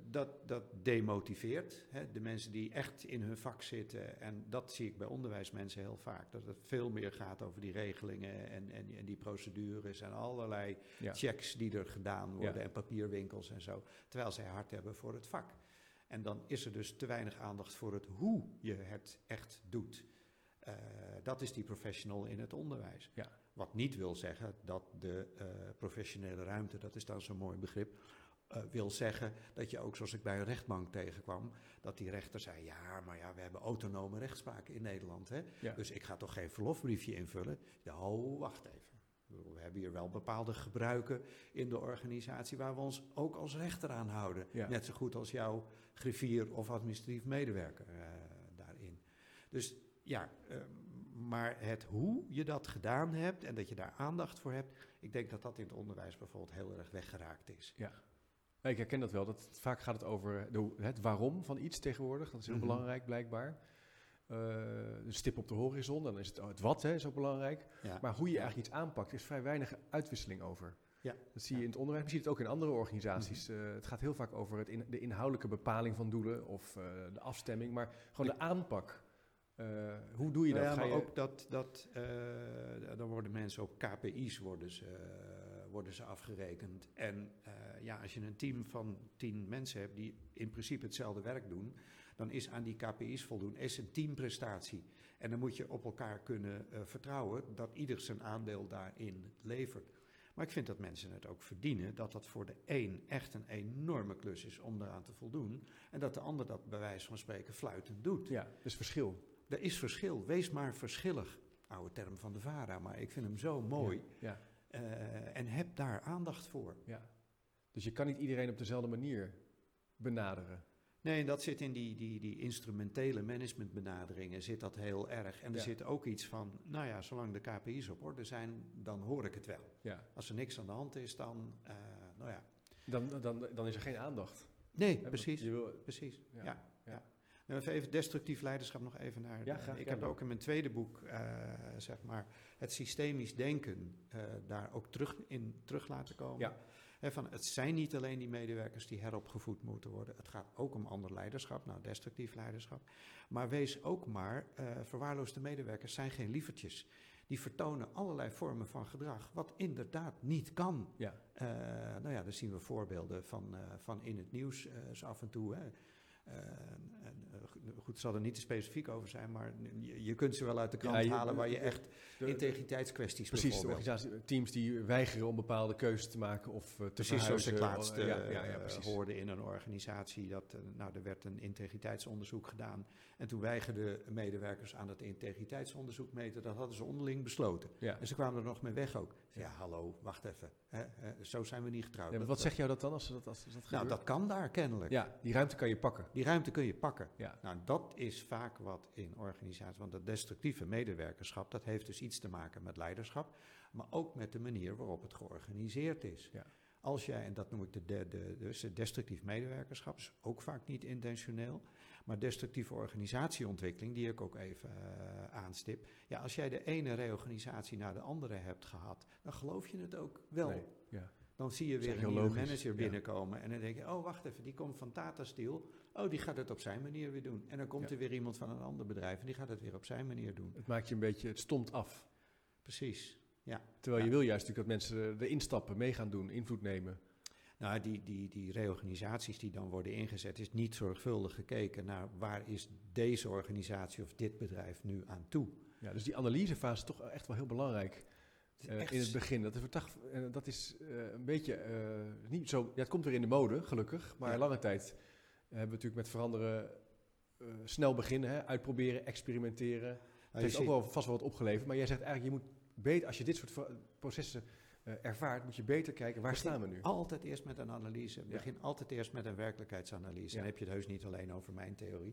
dat, dat demotiveert. Hè? De mensen die echt in hun vak zitten. En dat zie ik bij onderwijsmensen heel vaak. Dat het veel meer gaat over die regelingen en, en, en die procedures en allerlei Ja. checks die er gedaan worden. Ja. En papierwinkels en zo. Terwijl zij hart hebben voor het vak. En dan is er dus te weinig aandacht voor het hoe je het echt doet. Uh, dat is die professional in het onderwijs. Ja. Wat niet wil zeggen dat de uh, professionele ruimte, dat is dan zo'n mooi begrip, uh, wil zeggen dat je ook, zoals ik bij een rechtbank tegenkwam, dat die rechter zei, ja, maar ja, we hebben autonome rechtspraak in Nederland, hè? Ja. Dus ik ga toch geen verlofbriefje invullen? Ja, oh, wacht even. We hebben hier wel bepaalde gebruiken in de organisatie waar we ons ook als rechter aan houden. Ja. Net zo goed als jouw griffier of administratief medewerker uh, daarin. Dus ja, uh, maar het hoe je dat gedaan hebt en dat je daar aandacht voor hebt, ik denk dat dat in het onderwijs bijvoorbeeld heel erg weggeraakt is. Ja. Ik herken dat wel. Dat, vaak gaat het over de, het waarom van iets tegenwoordig. Dat is heel Mm-hmm. belangrijk blijkbaar. Uh, de stip op de horizon, dan is het, oh, het wat, hè, is ook belangrijk. Ja. Maar hoe je eigenlijk iets aanpakt, is vrij weinig uitwisseling over. Ja. Dat zie je Ja. in het onderwijs, maar je ziet het ook in andere organisaties. Mm-hmm. Uh, het gaat heel vaak over het in, de inhoudelijke bepaling van doelen of uh, de afstemming, maar gewoon de, de aanpak. Uh, hoe doe je dat? Nou ja, Ga maar je... ook dat, dat uh, dan worden mensen op K P I's worden ze, uh, worden ze afgerekend. En uh, ja, als je een team van tien mensen hebt die in principe hetzelfde werk doen, dan is aan die K P I's voldoen, is een teamprestatie. En dan moet je op elkaar kunnen uh, vertrouwen dat ieder zijn aandeel daarin levert. Maar ik vind dat mensen het ook verdienen, dat dat voor de een echt een enorme klus is om eraan te voldoen. En dat de ander dat bij wijze van spreken fluitend doet. Ja, dus verschil. Er is verschil. Wees maar verschillig. Oude term van de VARA, maar ik vind hem zo mooi. Ja, ja. Uh, en heb daar aandacht voor. Ja. Dus je kan niet iedereen op dezelfde manier benaderen. Nee, en dat zit in die, die, die instrumentele managementbenaderingen zit dat heel erg. En er ja. zit ook iets van, nou ja, zolang de K P I's op orde zijn, dan hoor ik het wel. Ja. Als er niks aan de hand is, dan, uh, nou ja. Dan, dan, dan is er geen aandacht. Nee, ja, precies. Je wil... Precies, ja. ja. ja. ja. Even destructief leiderschap nog even naar... Ja, graag, ik ja, heb maar. ook in mijn tweede boek, uh, zeg maar, het systemisch denken uh, daar ook terug in terug laten komen. Ja. He, van, het zijn niet alleen die medewerkers die heropgevoed moeten worden. Het gaat ook om ander leiderschap, nou destructief leiderschap. Maar wees ook maar, uh, verwaarloosde medewerkers zijn geen lievertjes. Die vertonen allerlei vormen van gedrag, wat inderdaad niet kan. Ja. Uh, nou ja, daar zien we voorbeelden van, uh, van in het nieuws uh, zo af en toe. Hè. Uh, en, uh, goed, het zal er niet te specifiek over zijn, maar je, je kunt ze wel uit de krant ja, je, halen waar je echt de, integriteitskwesties precies, de organisatie, teams die weigeren om bepaalde keuzes te maken of uh, te precies verhuizen. Zoals ik laatst uh, ja, ja, ja, uh, hoorde in een organisatie dat uh, nou, er werd een integriteitsonderzoek gedaan en toen weigerden medewerkers aan het integriteitsonderzoek meten. Dat hadden ze onderling besloten. Ja. En ze kwamen er nog mee weg ook. Ja, ja hallo, wacht even. Hè, hè, zo zijn we niet getrouwd. Ja, dat, wat zegt jou dat dan als dat, als dat nou, gebeurt? dat kan daar kennelijk. Ja, die ruimte kan je pakken. Die ruimte kun je pakken. Ja. Nou, dat is vaak wat in organisaties, want dat destructieve medewerkerschap, dat heeft dus iets te maken met leiderschap, maar ook met de manier waarop het georganiseerd is. Ja. Als jij, en dat noem ik de, de, de, dus destructief medewerkerschap, is ook vaak niet intentioneel, maar destructieve organisatieontwikkeling, die ik ook even uh, aanstip. Ja, als jij de ene reorganisatie naar de andere hebt gehad, dan geloof je het ook wel. Nee, ja. Dan zie je weer een nieuwe logisch. manager binnenkomen ja. en dan denk je, oh wacht even, die komt van Tata Steel. Oh, die gaat het op zijn manier weer doen. En dan komt ja. er weer iemand van een ander bedrijf en die gaat het weer op zijn manier doen. Het maakt je een beetje, het stomt af. Precies, ja. Terwijl ja. je wil juist natuurlijk dat mensen erin stappen, mee gaan doen, invloed nemen. Nou, die, die, die reorganisaties die dan worden ingezet, is niet zorgvuldig gekeken naar waar is deze organisatie of dit bedrijf nu aan toe. Ja, dus die analysefase is toch echt wel heel belangrijk. Uh, in het begin. Dat is, uh, dat is uh, een beetje uh, niet zo. Ja, het komt weer in de mode, gelukkig. Maar ja. lange tijd uh, hebben we natuurlijk met veranderen uh, snel beginnen, hè, uitproberen, experimenteren. Het nou, heeft ook wel vast wel wat opgeleverd. Maar jij zegt eigenlijk, je moet beter, als je dit soort processen uh, ervaart, moet je beter kijken, waar begin staan we nu? Altijd eerst met een analyse. Ja. Begin altijd eerst met een werkelijkheidsanalyse. Ja. Dan heb je het heus niet alleen over mijn theorie.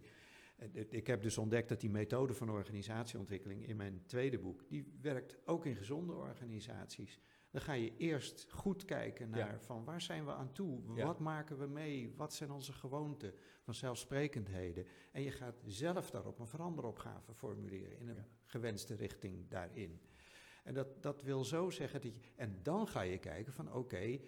Ik heb dus ontdekt dat die methode van organisatieontwikkeling in mijn tweede boek, die werkt ook in gezonde organisaties. Dan ga je eerst goed kijken naar ja. van waar zijn we aan toe? Ja. Wat maken we mee? Wat zijn onze gewoonten, vanzelfsprekendheden? En je gaat zelf daarop een veranderopgave formuleren in een ja. gewenste richting daarin. En dat, dat wil zo zeggen dat je... En dan ga je kijken van oké, okay,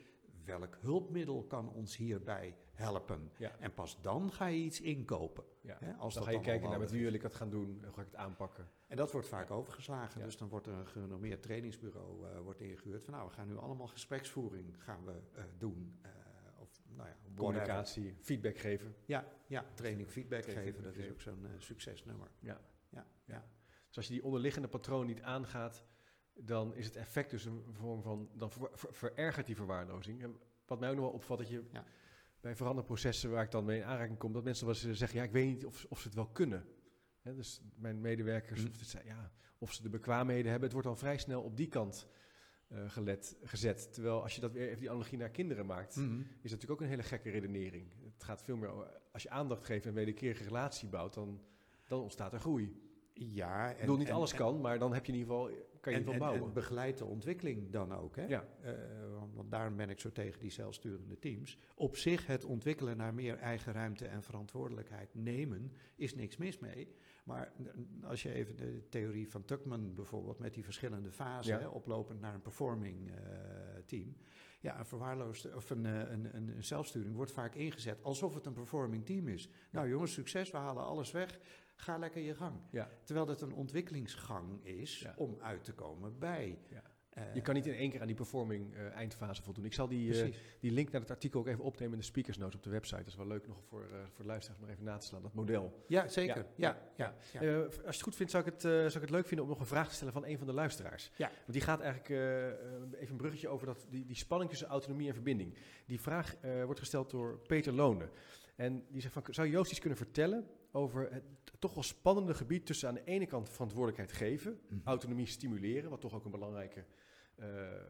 welk hulpmiddel kan ons hierbij helpen? Ja. En pas dan ga je iets inkopen. Ja. Hè, als Dan dat ga je kijken naar met wie is. wil ik dat gaan doen en ga ik het aanpakken. En dat wordt vaak overgeslagen. Ja. Dus dan wordt er een genormeerd trainingsbureau uh, wordt ingehuurd. Van nou, we gaan nu allemaal gespreksvoering gaan we, uh, doen. Uh, of nou ja, communicatie, feedback geven. Ja, ja training, feedback Training, geven. Dat feedback is ook zo'n uh, succesnummer. Ja. Ja, Ja. ja. Dus als je die onderliggende patroon niet aangaat, dan is het effect dus een vorm van, dan ver, ver, verergert die verwaarlozing. En wat mij ook nog wel opvalt, dat je Ja. bij veranderprocessen waar ik dan mee in aanraking kom, dat mensen wel eens zeggen, ja, ik weet niet of, of ze het wel kunnen. Hè, dus mijn medewerkers, Mm. of, het, ja, of ze de bekwaamheden hebben, het wordt dan vrij snel op die kant uh, gelet, gezet. Terwijl als je dat weer even die analogie naar kinderen maakt, Mm-hmm. is dat natuurlijk ook een hele gekke redenering. Het gaat veel meer, als je aandacht geeft en een wederkerige relatie bouwt, dan, dan ontstaat er groei. Ja, en, Ik bedoel, niet en, alles en, kan, maar dan heb je in ieder geval, kan je in ieder en, geval bouwen. En begeleid de ontwikkeling dan ook. Hè? Ja. Uh, want, want daarom ben ik zo tegen die zelfsturende teams. Op zich het ontwikkelen naar meer eigen ruimte en verantwoordelijkheid nemen, is niks mis mee. Maar als je even de theorie van Tuckman bijvoorbeeld, met die verschillende fasen, Ja. hè, oplopend naar een performing uh, team. Ja, een verwaarloosde of een, een, een, een zelfsturing wordt vaak ingezet alsof het een performing team is. Nou jongens, succes, we halen alles weg. Ga lekker je gang. Ja. Terwijl het een ontwikkelingsgang is Ja. om uit te komen bij. Ja. Uh, Je kan niet in één keer aan die performing uh, eindfase voldoen. Ik zal die, uh, die link naar het artikel ook even opnemen in de speakers notes op de website. Dat is wel leuk nog voor, uh, voor de luisteraars nog even na te slaan, dat model. Ja, zeker. Ja, ja, ja, ja. Uh, als je het goed vindt, zou ik het, uh, zou ik het leuk vinden om nog een vraag te stellen van een van de luisteraars. Ja. Want die gaat eigenlijk uh, even een bruggetje over dat, die, die spanning tussen autonomie en verbinding. Die vraag uh, wordt gesteld door Peter Loone. En die zegt van, zou Joost iets kunnen vertellen over het toch wel spannende gebied tussen aan de ene kant verantwoordelijkheid geven, mm-hmm. autonomie stimuleren, wat toch ook een belangrijke uh,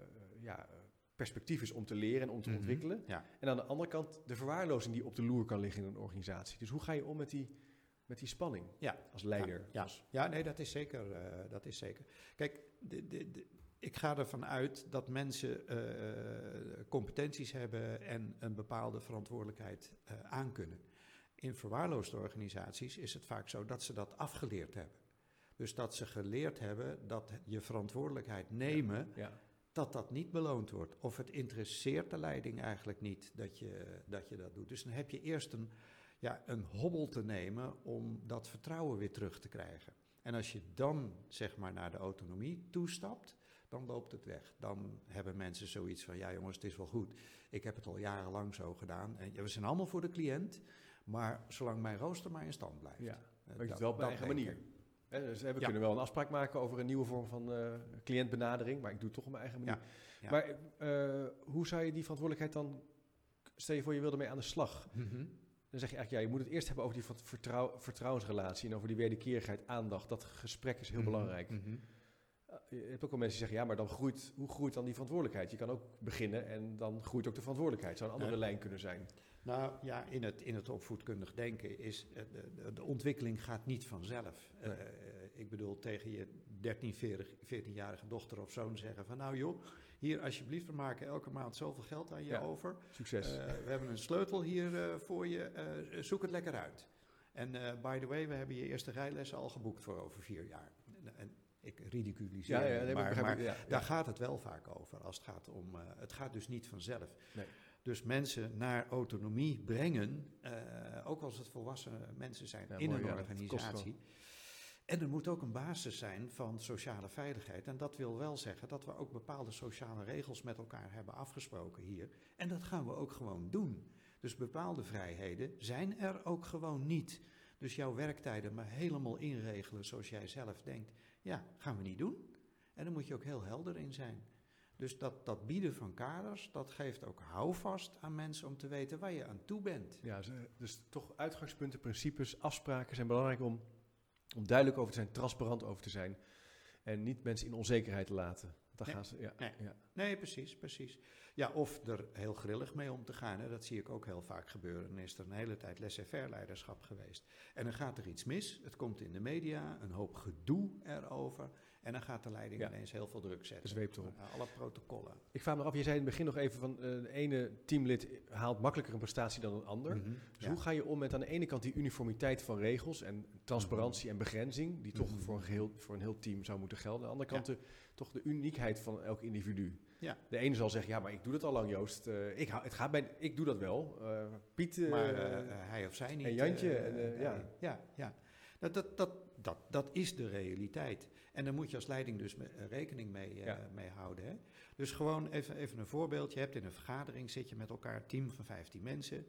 ja, perspectief is om te leren en om te mm-hmm. ontwikkelen. Ja. En aan de andere kant de verwaarlozing die op de loer kan liggen in een organisatie. Dus hoe ga je om met die, met die spanning ja. als leider? Ja, ja. Als ja nee, dat is zeker. Uh, dat is zeker. Kijk, de, de, de, ik ga ervan uit dat mensen uh, competenties hebben en een bepaalde verantwoordelijkheid uh, aankunnen. In verwaarloosde organisaties is het vaak zo dat ze dat afgeleerd hebben. Dus dat ze geleerd hebben dat je verantwoordelijkheid nemen, ja, ja. dat dat niet beloond wordt. Of het interesseert de leiding eigenlijk niet dat je dat, je dat doet. Dus dan heb je eerst een, ja, een hobbel te nemen om dat vertrouwen weer terug te krijgen. En als je dan zeg maar naar de autonomie toestapt, dan loopt het weg. Dan hebben mensen zoiets van, ja jongens, het is wel goed. Ik heb het al jarenlang zo gedaan. En ja, we zijn allemaal voor de cliënt, maar zolang mijn rooster maar in stand blijft. Ja, maar je dat, doet wel op mijn eigen manier. He, dus we ja. kunnen wel een afspraak maken over een nieuwe vorm van uh, cliëntbenadering, maar ik doe het toch op mijn eigen manier. Ja. Ja. Maar uh, hoe zou je die verantwoordelijkheid dan, stel je voor je wilde mee aan de slag, mm-hmm. dan zeg je eigenlijk, ja, je moet het eerst hebben over die vertrouw, vertrouwensrelatie en over die wederkerigheid, aandacht. Dat gesprek is heel mm-hmm. belangrijk. Mm-hmm. Je hebt ook wel mensen die zeggen, ja, maar dan groeit, hoe groeit dan die verantwoordelijkheid? Je kan ook beginnen en dan groeit ook de verantwoordelijkheid. Zou een andere ja. lijn kunnen zijn. Nou ja, in het, in het opvoedkundig denken is, uh, de, de ontwikkeling gaat niet vanzelf. Nee. Uh, ik bedoel, tegen je dertien, veertienjarige dochter of zoon zeggen van, nou joh, hier alsjeblieft, we maken elke maand zoveel geld aan je ja. over. Succes. Uh, we hebben een sleutel hier uh, voor je, uh, zoek het lekker uit. En uh, by the way, we hebben je eerste rijlessen al geboekt voor over vier jaar. En, en, ik ridiculiseer, ja, ja, nee, maar, maar ja, daar ja. gaat het wel vaak over. Als het gaat om, uh, het gaat dus niet vanzelf. Nee. Dus mensen naar autonomie brengen, uh, ook als het volwassen mensen zijn ja, in mooi, een ja, organisatie. En er moet ook een basis zijn van sociale veiligheid. En dat wil wel zeggen dat we ook bepaalde sociale regels met elkaar hebben afgesproken hier. En dat gaan we ook gewoon doen. Dus bepaalde vrijheden zijn er ook gewoon niet. Dus jouw werktijden maar helemaal inregelen zoals jij zelf denkt, ja, gaan we niet doen. En daar moet je ook heel helder in zijn. Dus dat, dat bieden van kaders, dat geeft ook houvast aan mensen om te weten waar je aan toe bent. Ja, dus toch uitgangspunten, principes, afspraken zijn belangrijk om, om duidelijk over te zijn, transparant over te zijn. En niet mensen in onzekerheid te laten. Dan nee, gaan ze, ja, nee. Ja. nee, precies, precies. Ja, of er heel grillig mee om te gaan. Hè. Dat zie ik ook heel vaak gebeuren. Dan is er een hele tijd laissez-faire leiderschap geweest. En dan gaat er iets mis. Het komt in de media, een hoop gedoe erover. En dan gaat de leiding ja. ineens heel veel druk zetten. Zweept erop. Uh, alle protocollen. Ik vraag me af, je zei in het begin nog even van... Uh, de ene teamlid haalt makkelijker een prestatie dan een ander. Mm-hmm, dus ja. hoe ga je om met aan de ene kant die uniformiteit van regels... en transparantie mm-hmm. en begrenzing... die toch mm-hmm. voor, een geheel, voor een heel team zou moeten gelden. Aan de andere kant ja. de, toch de uniekheid van elk individu. Ja. De ene zal zeggen, ja, maar ik doe dat al lang, Joost. Uh, ik, hou, het gaat bij, ik doe dat wel. Uh, Piet uh, maar uh, hij of zij niet. En Jantje. Uh, en, uh, uh, ja. ja, ja. Dat, dat, dat, dat, dat is de realiteit. En daar moet je als leiding dus me, uh, rekening mee, uh, ja. mee houden. Hè? Dus gewoon even, even een voorbeeld. Je hebt in een vergadering, zit je met elkaar, een team van vijftien mensen.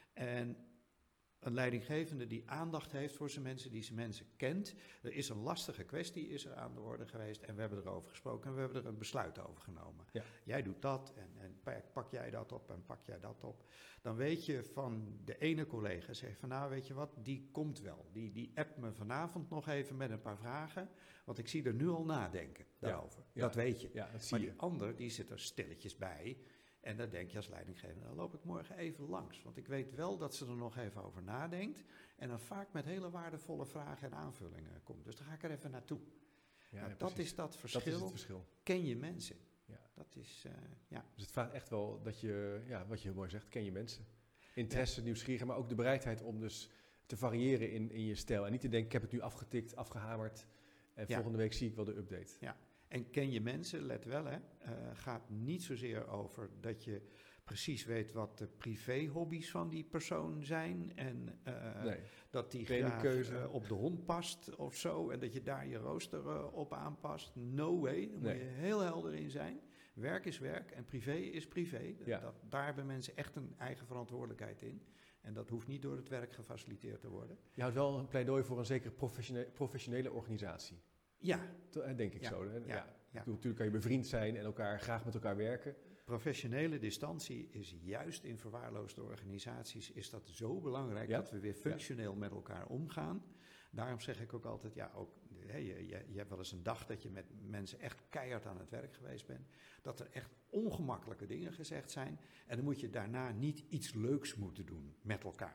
En een leidinggevende die aandacht heeft voor zijn mensen, die zijn mensen kent. Er is een lastige kwestie is er aan de orde geweest en we hebben erover gesproken en we hebben er een besluit over genomen. Ja. Jij doet dat en, en pak jij dat op en pak jij dat op. Dan weet je van de ene collega, zegt van nou weet je wat, die komt wel. Die, die appt me vanavond nog even met een paar vragen, want ik zie er nu al nadenken daarover. Ja. Ja. Dat weet je. Ja, dat zie maar je. die ander die zit er stilletjes bij. En dan denk je als leidinggevende, dan loop ik morgen even langs. Want ik weet wel dat ze er nog even over nadenkt. En dan vaak met hele waardevolle vragen en aanvullingen komt. Dus dan ga ik er even naartoe. Ja, nou, ja, dat is dat verschil. Dat is het verschil. Ken je mensen. Ja. Dat is, uh, ja. Dus het vraagt echt wel dat je, ja, wat je heel mooi zegt, ken je mensen. Interesse, ja. nieuwsgierigheid, maar ook de bereidheid om dus te variëren in, in je stijl. En niet te denken, ik heb het nu afgetikt, afgehamerd. En ja. volgende week zie ik wel de update. Ja. En ken je mensen, let wel hè, uh, gaat niet zozeer over dat je precies weet wat de privé-hobby's van die persoon zijn. En uh, nee. dat die graag uh, op de hond past of zo. En dat je daar je rooster uh, op aanpast. No way, daar nee. moet je heel helder in zijn. Werk is werk en privé is privé. Ja. Dat, daar hebben mensen echt een eigen verantwoordelijkheid in. En dat hoeft niet door het werk gefaciliteerd te worden. Je houdt wel een pleidooi voor een zekere professione- professionele organisatie. Ja. Denk ik ja. zo. Hè? Ja. Ja. Ja. Ik bedoel, natuurlijk kan je bevriend zijn en elkaar graag met elkaar werken. Professionele distantie is juist in verwaarloosde organisaties is dat zo belangrijk ja? dat we weer functioneel ja. met elkaar omgaan. Daarom zeg ik ook altijd, ja, ook, hè, je, je, je hebt wel eens een dag dat je met mensen echt keihard aan het werk geweest bent. Dat er echt ongemakkelijke dingen gezegd zijn. En dan moet je daarna niet iets leuks moeten doen met elkaar.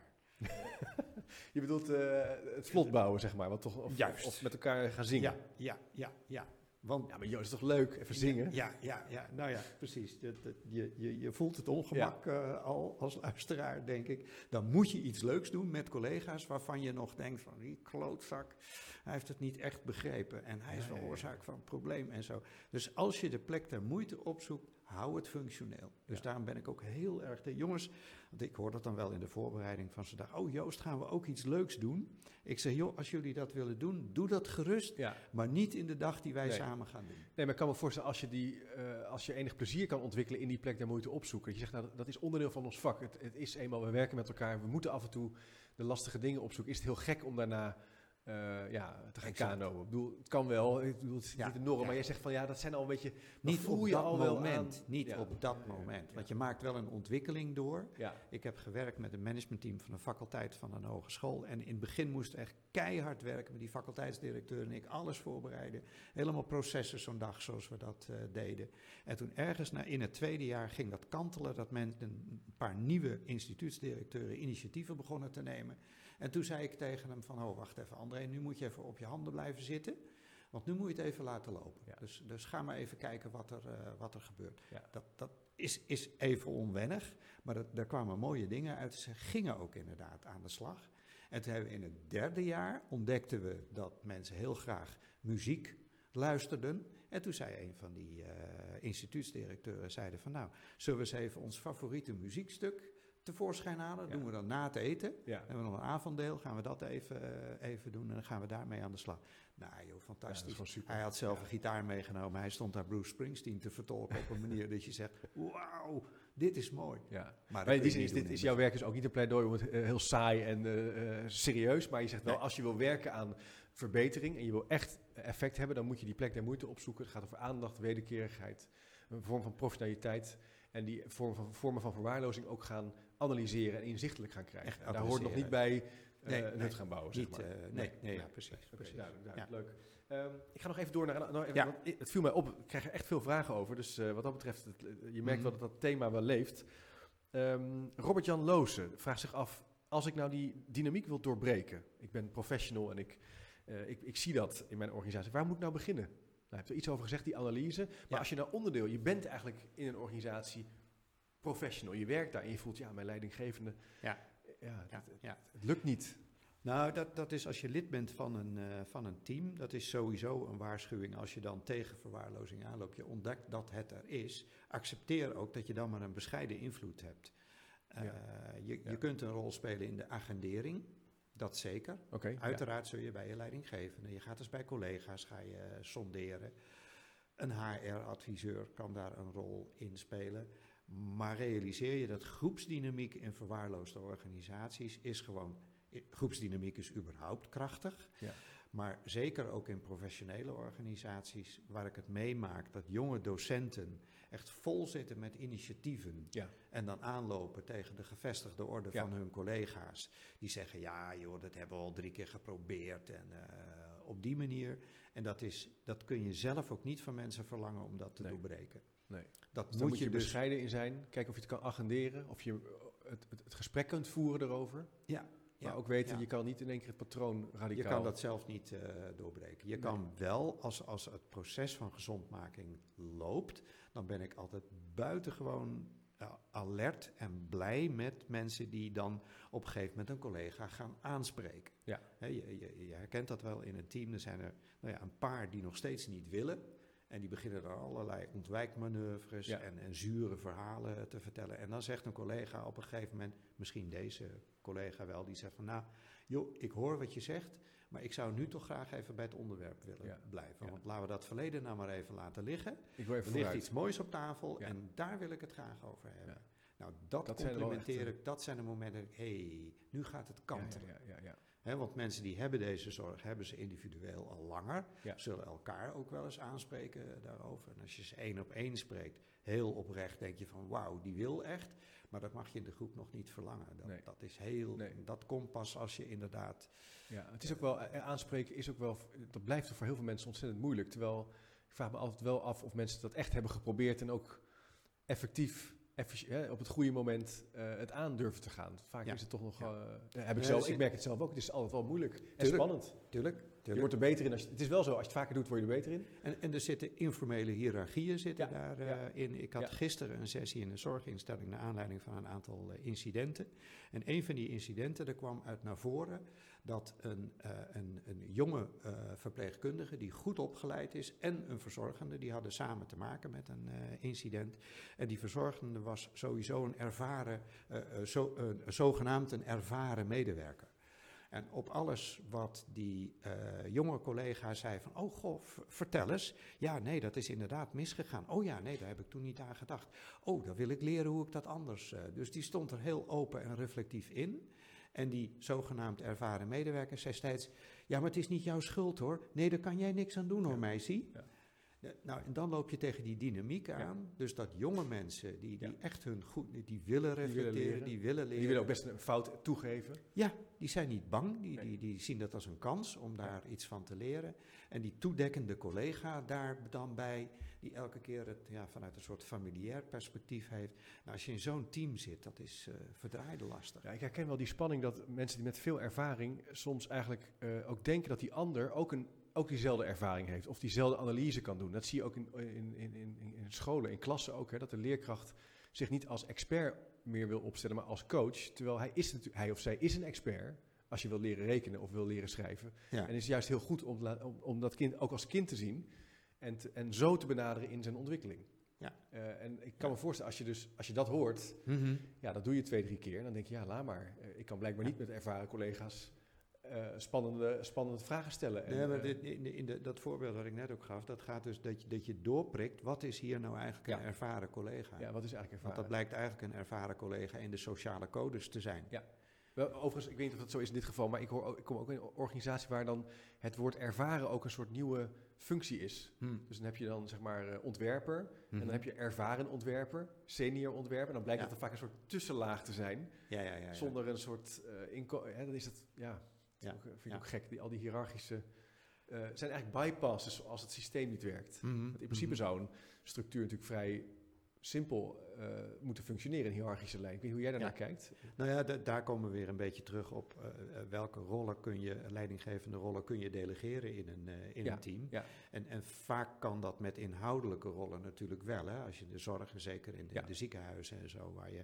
Je bedoelt uh, het vlot bouwen, zeg maar, wat toch, of, Juist. Of met elkaar gaan zingen. Ja, ja, ja, ja. Want, ja, maar Joost, is toch leuk, even zingen? Ja, ja, ja, nou ja, precies. Je, je, je, je voelt het ongemak ja. uh, al als luisteraar, denk ik. Dan moet je iets leuks doen met collega's waarvan je nog denkt van die klootzak, hij heeft het niet echt begrepen en hij is wel oorzaak van het probleem en zo. Dus als je de plek der moeite opzoekt, hou het functioneel. Dus ja. daarom ben ik ook heel erg de jongens, want ik hoor dat dan wel in de voorbereiding van zo'n dag. Oh Joost, gaan we ook iets leuks doen? Ik zeg, joh, als jullie dat willen doen, doe dat gerust, ja. maar niet in de dag die wij nee. samen gaan doen. Nee, maar ik kan me voorstellen, als je, die, uh, als je enig plezier kan ontwikkelen in die plek der moeite opzoeken. Dat je zegt, nou, dat is onderdeel van ons vak. Het, het is eenmaal, we werken met elkaar, we moeten af en toe de lastige dingen opzoeken. Is het heel gek om daarna Uh, ja, te gaan kanoën. Ik bedoel, het kan wel, ik bedoel, het is ja, niet enorm, ja. maar jij zegt van ja, dat zijn al een beetje, niet voel op je dat al moment, wel aan. niet ja. op dat ja, moment, ja. want je maakt wel een ontwikkeling door. Ja. Ik heb gewerkt met een managementteam van een faculteit van een hogeschool en in het begin moest echt keihard werken met die faculteitsdirecteur en ik alles voorbereiden, helemaal processen zo'n dag zoals we dat uh, deden. En toen ergens na, in het tweede jaar ging dat kantelen, dat men een paar nieuwe instituutsdirecteuren initiatieven begonnen te nemen. En toen zei ik tegen hem van, oh wacht even André, nu moet je even op je handen blijven zitten. Want nu moet je het even laten lopen. Ja. Dus, dus ga maar even kijken wat er, uh, wat er gebeurt. Ja. Dat, dat is, is even onwennig, maar dat, daar kwamen mooie dingen uit. Ze gingen ook inderdaad aan de slag. En toen hebben we in het derde jaar ontdekten we dat mensen heel graag muziek luisterden. En toen zei een van die uh, instituutsdirecteuren, zeiden van nou, zullen we eens even ons favoriete muziekstuk tevoorschijn halen. Dat ja. doen we dan na het eten. Ja. Dan hebben we nog een avonddeel. Gaan we dat even, uh, even doen en dan gaan we daarmee aan de slag. Nou joh, fantastisch. Ja, hij had zelf ja. een gitaar meegenomen. Hij stond daar Bruce Springsteen te vertolken op een manier dat je zegt, wauw, dit is mooi. Ja. Maar, maar in die zin is, dit, is jouw werk is ook niet een pleidooi om het uh, heel saai en uh, uh, serieus. Maar je zegt wel, nee. als je wil werken aan verbetering en je wil echt effect hebben, dan moet je die plek der moeite opzoeken. Het gaat over aandacht, wederkerigheid, een vorm van professionaliteit. En die vorm van, vormen van verwaarlozing ook gaan analyseren en inzichtelijk gaan krijgen. En daar hoort nog niet bij uh, nee, een hut nee, gaan bouwen, niet, zeg maar. Uh, nee, nee, nee, ja, precies. Okay, precies. Duidelijk, duidelijk, ja. leuk. Um, ik ga nog even door naar... naar ja. want het viel mij op, ik krijg er echt veel vragen over. Dus uh, wat dat betreft, het, je merkt mm-hmm. wel dat dat thema wel leeft. Um, Robert-Jan Loosen vraagt zich af, als ik nou die dynamiek wil doorbreken. Ik ben professional en ik, uh, ik, ik zie dat in mijn organisatie. Waar moet ik nou beginnen? Nou, je hebt er iets over gezegd, die analyse. Maar ja. als je nou onderdeel, je bent eigenlijk in een organisatie professional. Je werkt daar en je voelt, ja, mijn leidinggevende, ja. Ja, ja, het, ja. het lukt niet. Nou, dat, dat is als je lid bent van een, uh, van een team, dat is sowieso een waarschuwing. Als je dan tegen verwaarlozing aanloopt, je ontdekt dat het er is. Accepteer ook dat je dan maar een bescheiden invloed hebt. Uh, ja. je, ja. je kunt een rol spelen in de agendering, dat zeker. Okay, Uiteraard ja. zul je bij je leidinggevende, je gaat dus bij collega's, ga je uh, sonderen. Een H R-adviseur kan daar een rol in spelen. Maar realiseer je dat groepsdynamiek in verwaarloosde organisaties is gewoon... Groepsdynamiek is überhaupt krachtig, ja. Maar zeker ook in professionele organisaties waar ik het meemaak dat jonge docenten echt vol zitten met initiatieven ja. En dan aanlopen tegen de gevestigde orde ja. van hun collega's. Die zeggen, ja joh, dat hebben we al drie keer geprobeerd en uh, op die manier. En dat, is, dat kun je zelf ook niet van mensen verlangen om dat te nee. doorbreken. Nee. Dat dus moet, moet je, je dus bescheiden in zijn, kijken of je het kan agenderen, of je het, het, het gesprek kunt voeren erover. Ja. Maar ja, ook weten, ja. je kan niet in één keer het patroon radicaal... Je kan dat zelf niet uh, doorbreken. Je nee. kan wel, als, als het proces van gezondmaking loopt... dan ben ik altijd buitengewoon uh, alert en blij met mensen... die dan op een gegeven moment een collega gaan aanspreken. Ja. He, je, je, je herkent dat wel in een team. Er zijn er nou ja, een paar die nog steeds niet willen... En die beginnen er allerlei ontwijkmanoeuvres ja. en, en zure verhalen te vertellen. En dan zegt een collega op een gegeven moment, misschien deze collega wel, die zegt van nou, joh, ik hoor wat je zegt, maar ik zou nu toch graag even bij het onderwerp willen ja. blijven. Ja. Want laten we dat verleden nou maar even laten liggen. Ik wil even er ligt iets moois op tafel ja. en daar wil ik het graag over hebben. Ja. Nou, dat, dat complimenteer ik, dat zijn de momenten, hé, hey, nu gaat het kantelen. Ja, ja, ja, ja, ja. He, want mensen die hebben deze zorg, hebben ze individueel al langer. Ja. Zullen elkaar ook wel eens aanspreken daarover. En als je ze één op één spreekt, heel oprecht, denk je van wauw, die wil echt. Maar dat mag je in de groep nog niet verlangen. Dat, nee. dat is heel, nee. dat komt pas als je inderdaad... Ja, het is ook wel, aanspreken is ook wel, dat blijft voor heel veel mensen ontzettend moeilijk. Terwijl, ik vraag me altijd wel af of mensen dat echt hebben geprobeerd en ook effectief... Effici- hè, op het goede moment uh, het aandurven te gaan. Vaak ja. is het toch nog... Uh, ja. heb ik, zelf, ja, ik merk het zelf ook. Het is altijd wel moeilijk en tuurlijk, spannend. Tuurlijk, tuurlijk. Je wordt er beter in. Als je, het is wel zo, als je het vaker doet, word je er beter in. En, en er zitten informele hiërarchieën zitten ja. daarin. Uh, ja. Ik had ja. gisteren een sessie in een zorginstelling... naar aanleiding van een aantal uh, incidenten. En een van die incidenten, er kwam uit naar voren... dat een, uh, een, een jonge uh, verpleegkundige die goed opgeleid is... en een verzorgende, die hadden samen te maken met een uh, incident. En die verzorgende was sowieso een ervaren, uh, uh, zo, uh, zogenaamd een ervaren medewerker. En op alles wat die uh, jonge collega zei van... oh goh, v- vertel eens. Ja, nee, dat is inderdaad misgegaan. Oh ja, nee, daar heb ik toen niet aan gedacht. Oh, dan wil ik leren hoe ik dat anders... Uh, dus die stond er heel open en reflectief in... En die zogenaamd ervaren medewerker zei steeds... ja, maar het is niet jouw schuld hoor. Nee, daar kan jij niks aan doen hoor, ja. meisje. Ja. Nou, en dan loop je tegen die dynamiek aan. Ja. Dus dat jonge mensen die, die ja. echt hun goed... die willen reflecteren, die willen leren. Die willen, leren. Die willen ook best een fout toegeven. Ja, die zijn niet bang. Die, nee. die, die zien dat als een kans om daar ja. iets van te leren. En die toedekkende collega daar dan bij... die elke keer het ja, vanuit een soort familiair perspectief heeft. Nou, als je in zo'n team zit, dat is uh, verdraaide lastig. Ja, ik herken wel die spanning dat mensen die met veel ervaring... soms eigenlijk uh, ook denken dat die ander ook, een, ook diezelfde ervaring heeft... of diezelfde analyse kan doen. Dat zie je ook in, in, in, in, in scholen, in klassen ook... Hè, dat de leerkracht zich niet als expert meer wil opstellen, maar als coach. Terwijl hij, is natu- hij of zij is een expert... als je wil leren rekenen of wil leren schrijven. Ja. En het is juist heel goed om, om, om dat kind ook als kind te zien... En, te, en zo te benaderen in zijn ontwikkeling. Ja. Uh, en ik kan ja. me voorstellen, als je, dus, als je dat hoort, mm-hmm. ja, dat doe je twee, drie keer. En dan denk je, ja, laat maar. Uh, ik kan blijkbaar ja. niet met ervaren collega's uh, spannende, spannende vragen stellen. En, nee, maar dit, in, de, in de, dat voorbeeld dat ik net ook gaf, dat gaat dus dat je, dat je doorprikt. Wat is hier nou eigenlijk ja. een ervaren collega? Ja, wat is eigenlijk ervaren? Want dat blijkt eigenlijk een ervaren collega in de sociale codes te zijn. Ja. Wel, overigens, ik weet niet of dat zo is in dit geval, maar ik, hoor, ik kom ook in een organisatie waar dan het woord ervaren ook een soort nieuwe functie is. Hmm. Dus dan heb je dan zeg maar uh, ontwerper hmm. en dan heb je ervaren ontwerper, senior ontwerper. En dan blijkt ja. dat er vaak een soort tussenlaag te zijn, ja, ja, ja, ja. zonder een soort uh, inko- hè, dan is dat, ja, ja. Ook, vind ik ja. ook gek, die, al die hiërarchische, uh, zijn eigenlijk bypasses als het systeem niet werkt. Mm-hmm. Want in principe mm-hmm. zou een structuur natuurlijk vrij simpel uh, moeten functioneren, een hiërarchische lijn. Ik weet niet hoe jij daarnaar ja. kijkt. Nou ja, d- daar komen we weer een beetje terug op uh, welke rollen kun je, leidinggevende rollen kun je delegeren in een, uh, in ja. een team. Ja. En, en vaak kan dat met inhoudelijke rollen natuurlijk wel. Hè? Als je de zorg, zeker in de, ja. de ziekenhuizen en zo, waar je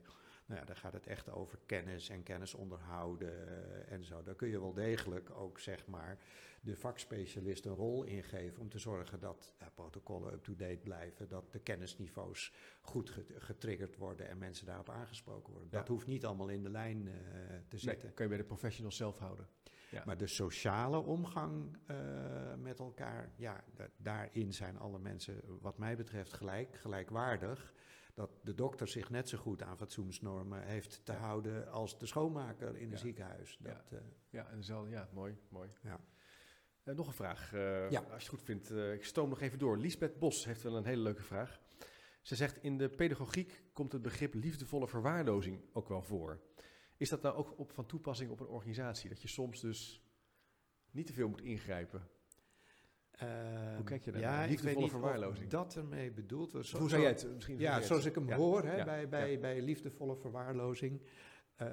Nou ja, daar gaat het echt over kennis en kennis onderhouden uh, en zo. Daar kun je wel degelijk ook, zeg maar, de vakspecialist een rol in geven om te zorgen dat uh, protocollen up-to-date blijven, dat de kennisniveaus goed getriggerd worden en mensen daarop aangesproken worden. Ja. Dat hoeft niet allemaal in de lijn uh, te zitten. Nee, kan je bij de professionals zelf houden. Ja. Maar de sociale omgang uh, met elkaar, ja, da- daarin zijn alle mensen wat mij betreft gelijk, gelijkwaardig. Dat de dokter zich net zo goed aan fatsoensnormen heeft te ja. houden als de schoonmaker in een ja. ziekenhuis. Dat, ja. Uh, ja, en dezelfde, ja, mooi, mooi. Ja. Uh, nog een vraag, uh, ja. als je het goed vindt. Uh, ik stoom nog even door. Liesbeth Bos heeft wel een hele leuke vraag. Ze zegt, in de pedagogiek komt het begrip liefdevolle verwaarlozing ook wel voor. Is dat nou ook op, van toepassing op een organisatie? Dat je soms dus niet te veel moet ingrijpen? Uh, Hoe kijk je daar ja, naar? Liefdevolle verwaarlozing. Of dat ermee bedoeld was. Hoe zou jij het misschien? Ja, zoals ik hem ja. hoor hè, ja. bij, bij, ja. bij liefdevolle verwaarlozing. Uh,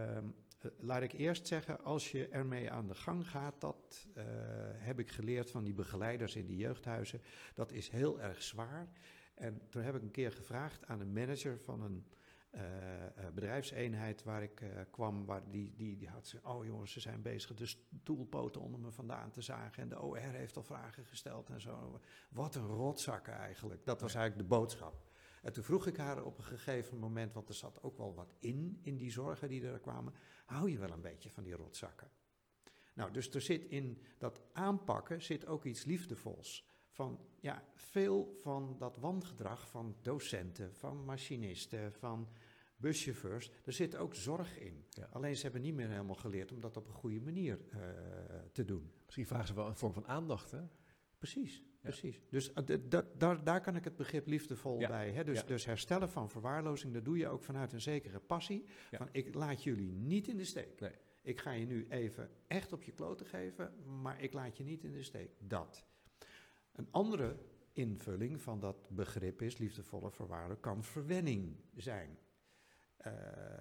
laat ik eerst zeggen, als je ermee aan de gang gaat, dat uh, heb ik geleerd van die begeleiders in die jeugdhuizen. Dat is heel erg zwaar. En toen heb ik een keer gevraagd aan een manager van een Uh, uh, bedrijfseenheid waar ik uh, kwam, waar die, die, die had ze, oh jongens, ze zijn bezig de stoelpoten onder me vandaan te zagen en de O R heeft al vragen gesteld en zo. Wat een rotzakken eigenlijk. Dat was eigenlijk de boodschap. En toen vroeg ik haar op een gegeven moment, want er zat ook wel wat in, in die zorgen die er kwamen, hou je wel een beetje van die rotzakken? Nou, dus er zit in dat aanpakken zit ook iets liefdevols. Van, ja, veel van dat wangedrag van docenten, van machinisten, van buschauffeurs, er zit ook zorg in. Ja. Alleen ze hebben niet meer helemaal geleerd om dat op een goede manier uh, te doen. Misschien vragen ze wel een vorm van aandacht, hè? Precies, ja. precies. Dus uh, d- d- daar, daar kan ik het begrip liefdevol ja. bij. Hè? Dus, ja. dus herstellen van verwaarlozing, dat doe je ook vanuit een zekere passie. Ja. Van, ik laat jullie niet in de steek. Nee. Ik ga je nu even echt op je kloten geven, maar ik laat je niet in de steek. Dat. Een andere invulling van dat begrip is, liefdevolle verwaarlozing, kan verwenning zijn. Uh,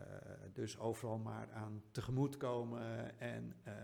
dus overal maar aan tegemoetkomen en uh,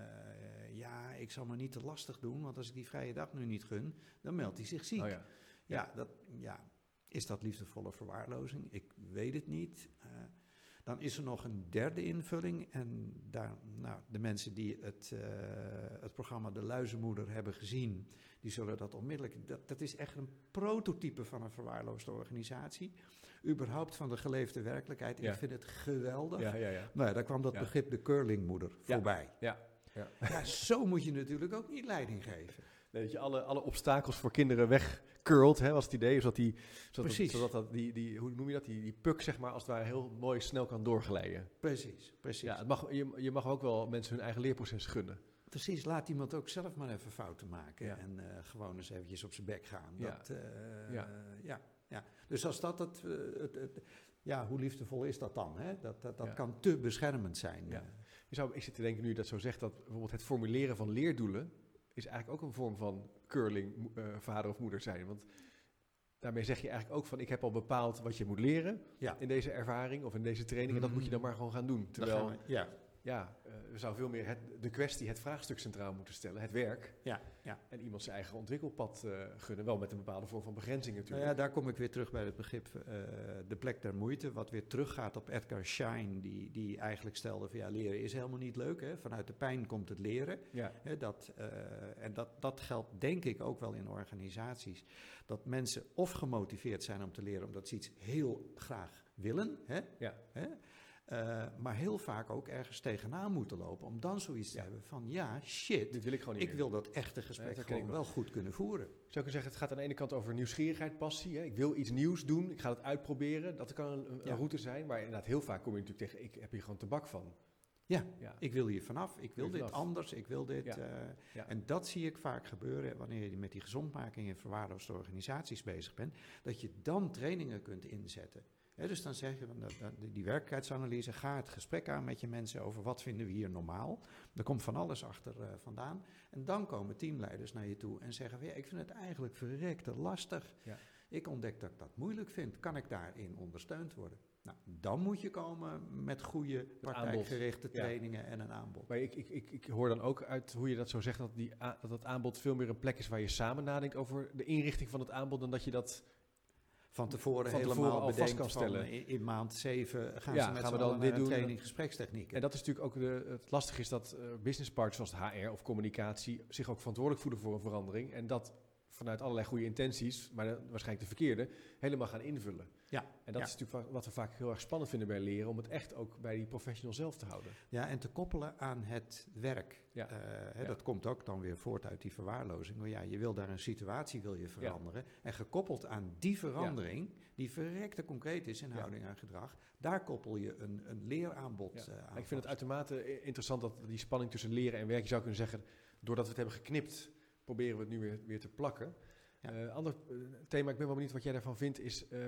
ja, ik zal me niet te lastig doen, want als ik die vrije dag nu niet gun, dan meldt hij zich ziek. Oh ja. Ja, dat, ja, is dat liefdevolle verwaarlozing? Ik weet het niet. Uh, Dan is er nog een derde invulling en daar, nou, de mensen die het, uh, het programma De Luizenmoeder hebben gezien, die zullen dat onmiddellijk, dat, dat is echt een prototype van een verwaarloosde organisatie. Überhaupt van de geleefde werkelijkheid. Ja. Ik vind het geweldig. Ja, ja, ja. Nou ja, daar kwam dat ja. begrip de curlingmoeder voorbij. Ja. Ja. Ja. Ja, zo moet je natuurlijk ook niet leiding geven. Nee, dat je alle, alle obstakels voor kinderen wegcurlt, hè, was het idee. Zodat, die, zodat, precies. zodat dat, die, die, hoe noem je dat, die, die puk zeg maar als het ware heel mooi snel kan doorglijden. Precies, precies. Ja, het mag, je, je mag ook wel mensen hun eigen leerproces gunnen. Precies, laat iemand ook zelf maar even fouten maken ja. en uh, gewoon eens eventjes op zijn bek gaan. Ja. Dat, uh, ja. Uh, ja, ja. Dus als dat het, uh, het, het, ja, hoe liefdevol is dat dan? Hè? Dat, dat, dat ja. kan te beschermend zijn. Ja. Je zou, ik zit te denken nu je dat zo zegt, dat bijvoorbeeld het formuleren van leerdoelen is eigenlijk ook een vorm van curling uh, vader of moeder zijn. Want daarmee zeg je eigenlijk ook van, ik heb al bepaald wat je moet leren ja. in deze ervaring of in deze training. Mm-hmm. En dat moet je dan maar gewoon gaan doen. Terwijl, gaan we, ja, ja uh, we zouden veel meer het, de kwestie, het vraagstuk centraal moeten stellen, het werk. Ja, ja. En iemand zijn eigen ontwikkelpad uh, gunnen, wel met een bepaalde vorm van begrenzing natuurlijk. Nou ja, daar kom ik weer terug bij het begrip uh, de plek der moeite, wat weer teruggaat op Edgar Schein, die, die eigenlijk stelde van ja, leren is helemaal niet leuk. Hè? Vanuit de pijn komt het leren. Ja. Hè, dat, uh, en dat, dat geldt denk ik ook wel in organisaties. Dat mensen of gemotiveerd zijn om te leren omdat ze iets heel graag willen. Hè? Ja. Hè? Uh, maar heel vaak ook ergens tegenaan moeten lopen om dan zoiets te ja. hebben van ja, shit, dit wil ik gewoon niet ik meer. wil dat echte gesprek ja, gewoon wel goed kunnen voeren. Zou ik kunnen zeggen, het gaat aan de ene kant over nieuwsgierigheid, passie. Hè? Ik wil iets nieuws doen, ik ga het uitproberen. Dat kan een, een ja. route zijn, maar inderdaad heel vaak kom je natuurlijk tegen, ik heb hier gewoon tabak van. Ja, ja. ik wil hier vanaf, ik wil dit vanaf. anders, ik wil dit. Ja. Uh, ja. En dat zie ik vaak gebeuren wanneer je met die gezondmaking in verwaarloosde organisaties bezig bent, dat je dan trainingen kunt inzetten. Ja, dus dan zeg je, die werkelijkheidsanalyse, ga het gesprek aan met je mensen over wat vinden we hier normaal. Er komt van alles achter uh, vandaan. En dan komen teamleiders naar je toe en zeggen, ja, ik vind het eigenlijk verrekte lastig. Ja. Ik ontdek dat ik dat moeilijk vind. Kan ik daarin ondersteund worden? Nou, dan moet je komen met goede praktijkgerichte trainingen ja. en een aanbod. Maar ik, ik, ik, ik hoor dan ook uit hoe je dat zo zegt, dat, die, dat het aanbod veel meer een plek is waar je samen nadenkt over de inrichting van het aanbod dan dat je dat van tevoren van helemaal tevoren al bedenkt vast kan van stellen. in, in maand zeven gaan Ja, ze met gaan z'n we dan allen dit naar een doen? training gesprekstechnieken. En dat is natuurlijk ook de, het lastige is dat uh, business partners zoals het H R of communicatie zich ook verantwoordelijk voelen voor een verandering. En dat vanuit allerlei goede intenties, maar de, waarschijnlijk de verkeerde, helemaal gaan invullen. Ja, en dat ja. is natuurlijk wat we vaak heel erg spannend vinden bij leren, om het echt ook bij die professional zelf te houden. Ja, en te koppelen aan het werk. Ja. Uh, hè, Ja. Dat komt ook dan weer voort uit die verwaarlozing. Maar ja, je wil daar een situatie wil je veranderen. Ja. En gekoppeld aan die verandering, ja. die verrekte concreet is in houding ja. en gedrag, daar koppel je een, een leeraanbod ja. uh, aan. Ik vind het uitermate interessant dat die spanning tussen leren en werk, je zou kunnen zeggen, doordat we het hebben geknipt, proberen we het nu weer, weer te plakken. Een ja. uh, ander uh, thema, ik ben wel benieuwd wat jij daarvan vindt, is, uh,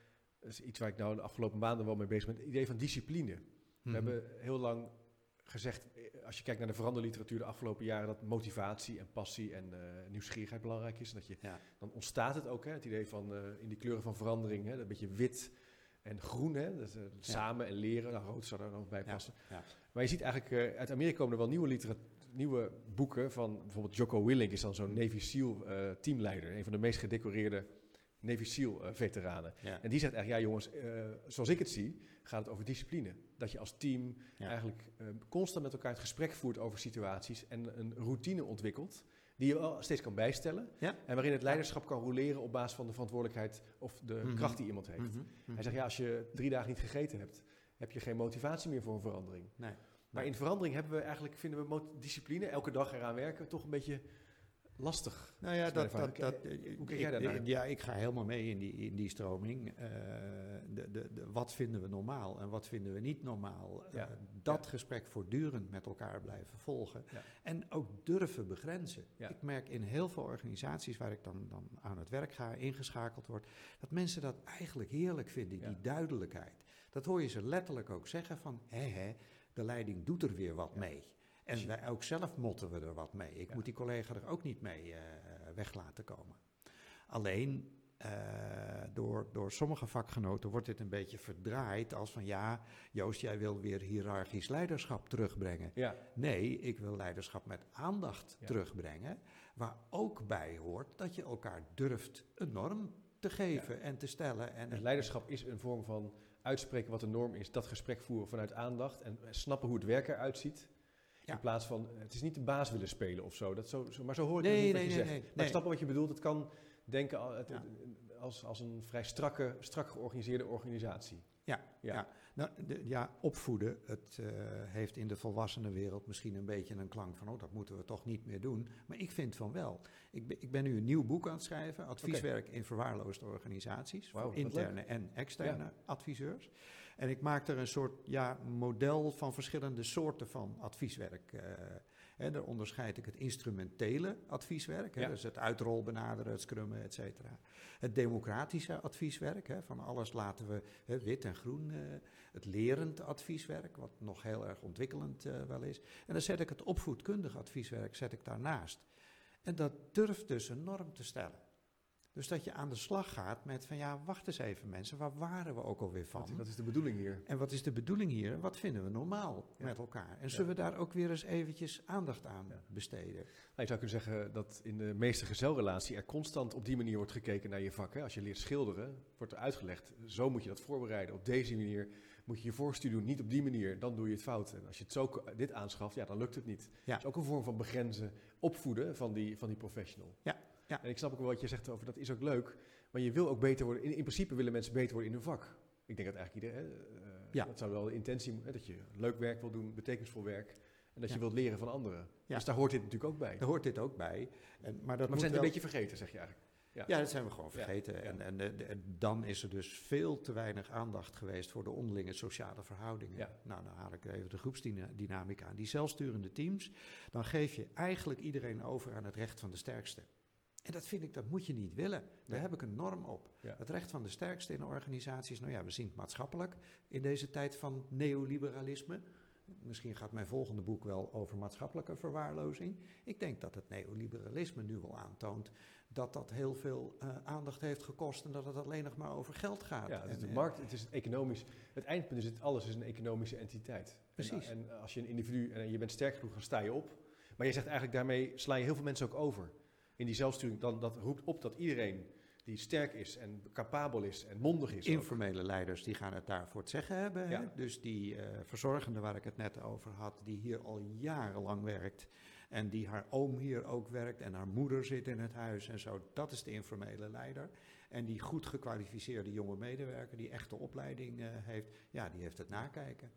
is iets waar ik nou de afgelopen maanden wel mee bezig ben, het idee van discipline. Mm-hmm. We hebben heel lang gezegd, als je kijkt naar de veranderliteratuur de afgelopen jaren, dat motivatie en passie en uh, nieuwsgierigheid belangrijk is. En dat je, ja. dan ontstaat het ook, hè, het idee van uh, in die kleuren van verandering, hè, dat beetje wit en groen, hè, dat, uh, ja. samen en leren, nou, rood zou daar nog bij passen. Ja. Ja. Maar je ziet eigenlijk, uh, uit Amerika komen er wel nieuwe literatuur, nieuwe boeken van bijvoorbeeld Jocko Willink is dan zo'n Navy SEAL uh, teamleider, een van de meest gedecoreerde Navy SEAL uh, veteranen. Ja. En die zegt eigenlijk, ja jongens, uh, zoals ik het zie, gaat het over discipline. Dat je als team ja. eigenlijk uh, constant met elkaar het gesprek voert over situaties en een routine ontwikkelt, die je wel steeds kan bijstellen. Ja. En waarin het leiderschap kan roleren op basis van de verantwoordelijkheid of de mm-hmm. kracht die iemand heeft. Mm-hmm. Mm-hmm. Hij zegt, ja, als je drie dagen niet gegeten hebt, heb je geen motivatie meer voor een verandering. Nee. Maar in verandering hebben we eigenlijk, vinden we discipline, elke dag eraan werken, toch een beetje lastig. Nou ja, dat, dat, dat, hoe kijk jij daarnaar? Ja, ik ga helemaal mee in die, in die stroming. Uh, de, de, de, wat vinden we normaal en wat vinden we niet normaal? Ja. Uh, dat ja. gesprek voortdurend met elkaar blijven volgen. Ja. En ook durven begrenzen. Ja. Ik merk in heel veel organisaties waar ik dan, dan aan het werk ga, ingeschakeld word, dat mensen dat eigenlijk heerlijk vinden, die ja. duidelijkheid. Dat hoor je ze letterlijk ook zeggen van, hé hé, de leiding doet er weer wat ja. mee. En wij ook zelf motten we er wat mee. Ik ja. moet die collega er ook niet mee uh, weg laten komen. Alleen, uh, door, door sommige vakgenoten wordt dit een beetje verdraaid als van ja, Joost, jij wil weer hiërarchisch leiderschap terugbrengen. Ja. Nee, ik wil leiderschap met aandacht ja. terugbrengen, waar ook bij hoort dat je elkaar durft een norm te geven ja. en te stellen. En het leiderschap is een vorm van uitspreken wat de norm is, dat gesprek voeren vanuit aandacht en snappen hoe het werk eruit ziet. Ja. In plaats van, het is niet de baas willen spelen of zo. Dat zo, zo maar zo hoor ik nee, het niet nee, wat je nee, zegt. Nee, nee. Maar ik snap wat je bedoelt. Het kan denken het, ja. als, als een vrij strakke, strak georganiseerde organisatie. Ja, ja. ja. Nou, de, ja opvoeden, het uh, heeft in de volwassenenwereld misschien een beetje een klank van, oh, dat moeten we toch niet meer doen. Maar ik vind van wel. Ik ben, ik ben nu een nieuw boek aan het schrijven, advieswerk okay. in verwaarloosde organisaties, wow, voor interne en externe ja. adviseurs. En ik maak er een soort ja, model van verschillende soorten van advieswerk. Uh, hè, daar onderscheid ik het instrumentele advieswerk, hè, ja. dus het uitrol benaderen, het scrummen, et cetera. Het democratische advieswerk, hè, van alles laten we hè, wit en groen. Uh, het lerend advieswerk, wat nog heel erg ontwikkelend uh, wel is. En dan zet ik het opvoedkundig advieswerk zet ik daarnaast. En dat durft dus een norm te stellen. Dus dat je aan de slag gaat met van ja, wacht eens even mensen, waar waren we ook alweer van? Wat, wat is de bedoeling hier? En wat is de bedoeling hier? Wat vinden we normaal ja. met elkaar? En zullen ja. we daar ook weer eens eventjes aandacht aan ja. besteden? Nou, je zou kunnen zeggen dat in de meeste gezelrelatie er constant op die manier wordt gekeken naar je vak. Hè? Als je leert schilderen, wordt er uitgelegd, zo moet je dat voorbereiden. Op deze manier moet je je voorstudie doen, niet op die manier, dan doe je het fout. En als je het zo, dit aanschaft, ja, dan lukt het niet. Ja. Dat is ook een vorm van begrenzen, opvoeden van die, van die professional. Ja. Ja. En ik snap ook wel wat je zegt over, dat is ook leuk, maar je wil ook beter worden. In, in principe willen mensen beter worden in hun vak. Ik denk dat eigenlijk iedereen, uh, ja. dat zou wel de intentie moeten, dat je leuk werk wil doen, betekenisvol werk, en dat ja. je wilt leren van anderen. Ja. Dus daar hoort dit natuurlijk ook bij. Daar hoort dit ook bij. En, maar dat maar we zijn wel... het een beetje vergeten, zeg je eigenlijk. Ja, ja dat zijn we gewoon vergeten. Ja. En, en, en, en dan is er dus veel te weinig aandacht geweest voor de onderlinge sociale verhoudingen. Ja. Nou, dan haal ik even de groepsdynamiek aan. Die zelfsturende teams, dan geef je eigenlijk iedereen over aan het recht van de sterkste. En dat vind ik, dat moet je niet willen. Daar nee. heb ik een norm op. Ja. Het recht van de sterkste in organisaties. Nou ja, we zien het maatschappelijk in deze tijd van neoliberalisme. Misschien gaat mijn volgende boek wel over maatschappelijke verwaarlozing. Ik denk dat het neoliberalisme nu wel aantoont dat dat heel veel uh, aandacht heeft gekost en dat het alleen nog maar over geld gaat. Ja, het is en, de markt, het is het economisch. Het eindpunt is het alles is een economische entiteit. Precies. En, en als je een individu en je bent sterk genoeg, dan sta je op. Maar je zegt eigenlijk daarmee sla je heel veel mensen ook over. In die zelfsturing, dan, dat roept op dat iedereen die sterk is en capabel is en mondig is. Informele ook. leiders die gaan het daarvoor het zeggen hebben. Ja. Hè? Dus die uh, verzorgende waar ik het net over had, die hier al jarenlang werkt. En die haar oom hier ook werkt en haar moeder zit in het huis en zo. Dat is de informele leider. En die goed gekwalificeerde jonge medewerker die echt de opleiding uh, heeft, ja, die heeft het nakijken.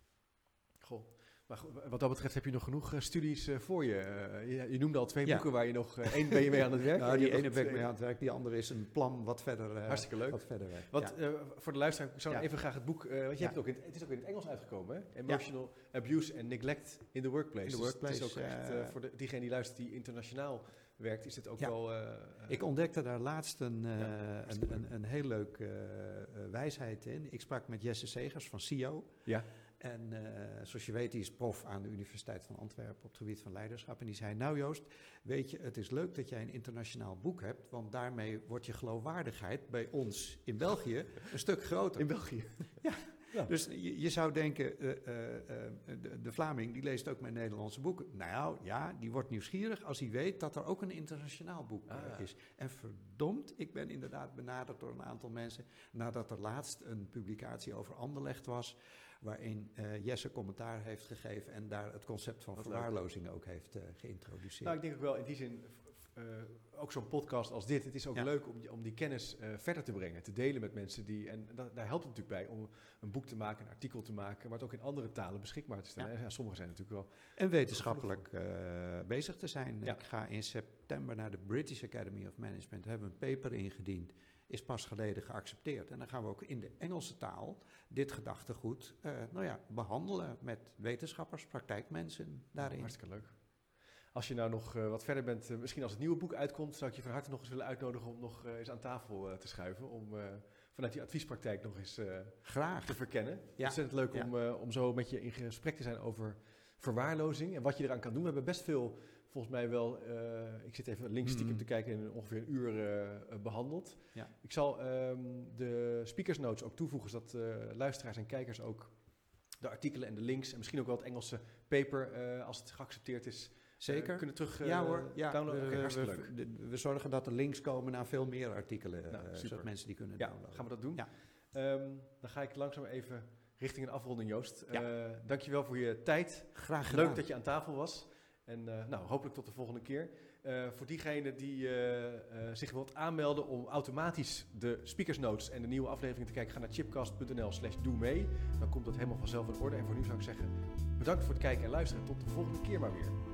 Goh. Maar wat dat betreft heb je nog genoeg uh, studies uh, voor je. Uh, je. Je noemde al twee ja. boeken waar je nog... Uh, één ben je mee aan het werk. Nou, die ene ben ik mee aan het werk. Die andere is een plan wat verder, uh, Hartstikke leuk. Wat verder werkt. Wat, ja. uh, voor de luisteraar, ik zou ja. even graag het boek... Uh, want je ja. hebt het, ook in, het is ook in het Engels uitgekomen, hè? Emotional ja. Abuse and Neglect in the Workplace. In the dus workplace. het is ook echt, uh, voor de, diegene die luistert die internationaal werkt, is dit ook ja. wel... Uh, ik ontdekte daar laatst een, uh, ja, een, een, een heel leuke uh, wijsheid in. Ik sprak met Jesse Segers van C I O. Ja. En uh, zoals je weet, die is prof aan de Universiteit van Antwerpen op het gebied van leiderschap. En die zei, nou Joost, weet je, het is leuk dat jij een internationaal boek hebt, want daarmee wordt je geloofwaardigheid bij ons in België een stuk groter. In België? Ja. Ja. Dus je, je zou denken, uh, uh, uh, de, de Vlaming die leest ook mijn Nederlandse boeken. Nou ja, die wordt nieuwsgierig als hij weet dat er ook een internationaal boek ah. uh, is. En verdomd, ik ben inderdaad benaderd door een aantal mensen nadat er laatst een publicatie over Anderlecht was, waarin uh, Jesse commentaar heeft gegeven en daar het concept van Wat verwaarlozing leuk. ook heeft uh, geïntroduceerd. Nou, ik denk ook wel in die zin, uh, ook zo'n podcast als dit, het is ook ja. leuk om die, om die kennis uh, verder te brengen, te delen met mensen die, en dat, daar helpt het natuurlijk bij om een boek te maken, een artikel te maken, maar het ook in andere talen beschikbaar te stellen. Ja. Ja, sommige zijn natuurlijk wel... En wetenschappelijk uh, bezig te zijn. Ja. Ik ga in september naar de British Academy of Management, hebben een paper ingediend. Is pas geleden geaccepteerd. En dan gaan we ook in de Engelse taal dit gedachtegoed uh, nou ja, behandelen met wetenschappers, praktijkmensen daarin. Hartstikke leuk. Als je nou nog uh, wat verder bent, uh, misschien als het nieuwe boek uitkomt, zou ik je van harte nog eens willen uitnodigen om nog uh, eens aan tafel uh, te schuiven. Om uh, vanuit die adviespraktijk nog eens uh, Graag te verkennen. Ja. Ontzettend leuk ja. om, uh, om zo met je in gesprek te zijn over verwaarlozing en wat je eraan kan doen. We hebben best veel... Volgens mij wel, uh, ik zit even links stiekem mm. te kijken, in ongeveer een uur uh, behandeld. Ja. Ik zal um, de speakers notes ook toevoegen, zodat uh, luisteraars en kijkers ook de artikelen en de links en misschien ook wel het Engelse paper, uh, als het geaccepteerd is, Zeker. Uh, kunnen terug uh, ja, hoor. Ja, downloaden. We, okay, we, leuk. We, we zorgen dat er links komen naar veel meer artikelen, nou, uh, zodat mensen die kunnen ja, downloaden. Gaan we dat doen? Ja. Um, dan ga ik langzaam even richting een afronding, Joost. Ja. Uh, dankjewel voor je tijd. Graag gedaan. Leuk dat je aan tafel was. En uh, nou, hopelijk tot de volgende keer. Uh, voor diegenen die uh, uh, zich wilt aanmelden om automatisch de speakers notes en de nieuwe aflevering te kijken, ga naar chipcast.nl slash doe mee. Dan komt dat helemaal vanzelf in orde. En voor nu zou ik zeggen, bedankt voor het kijken en luisteren. Tot de volgende keer maar weer.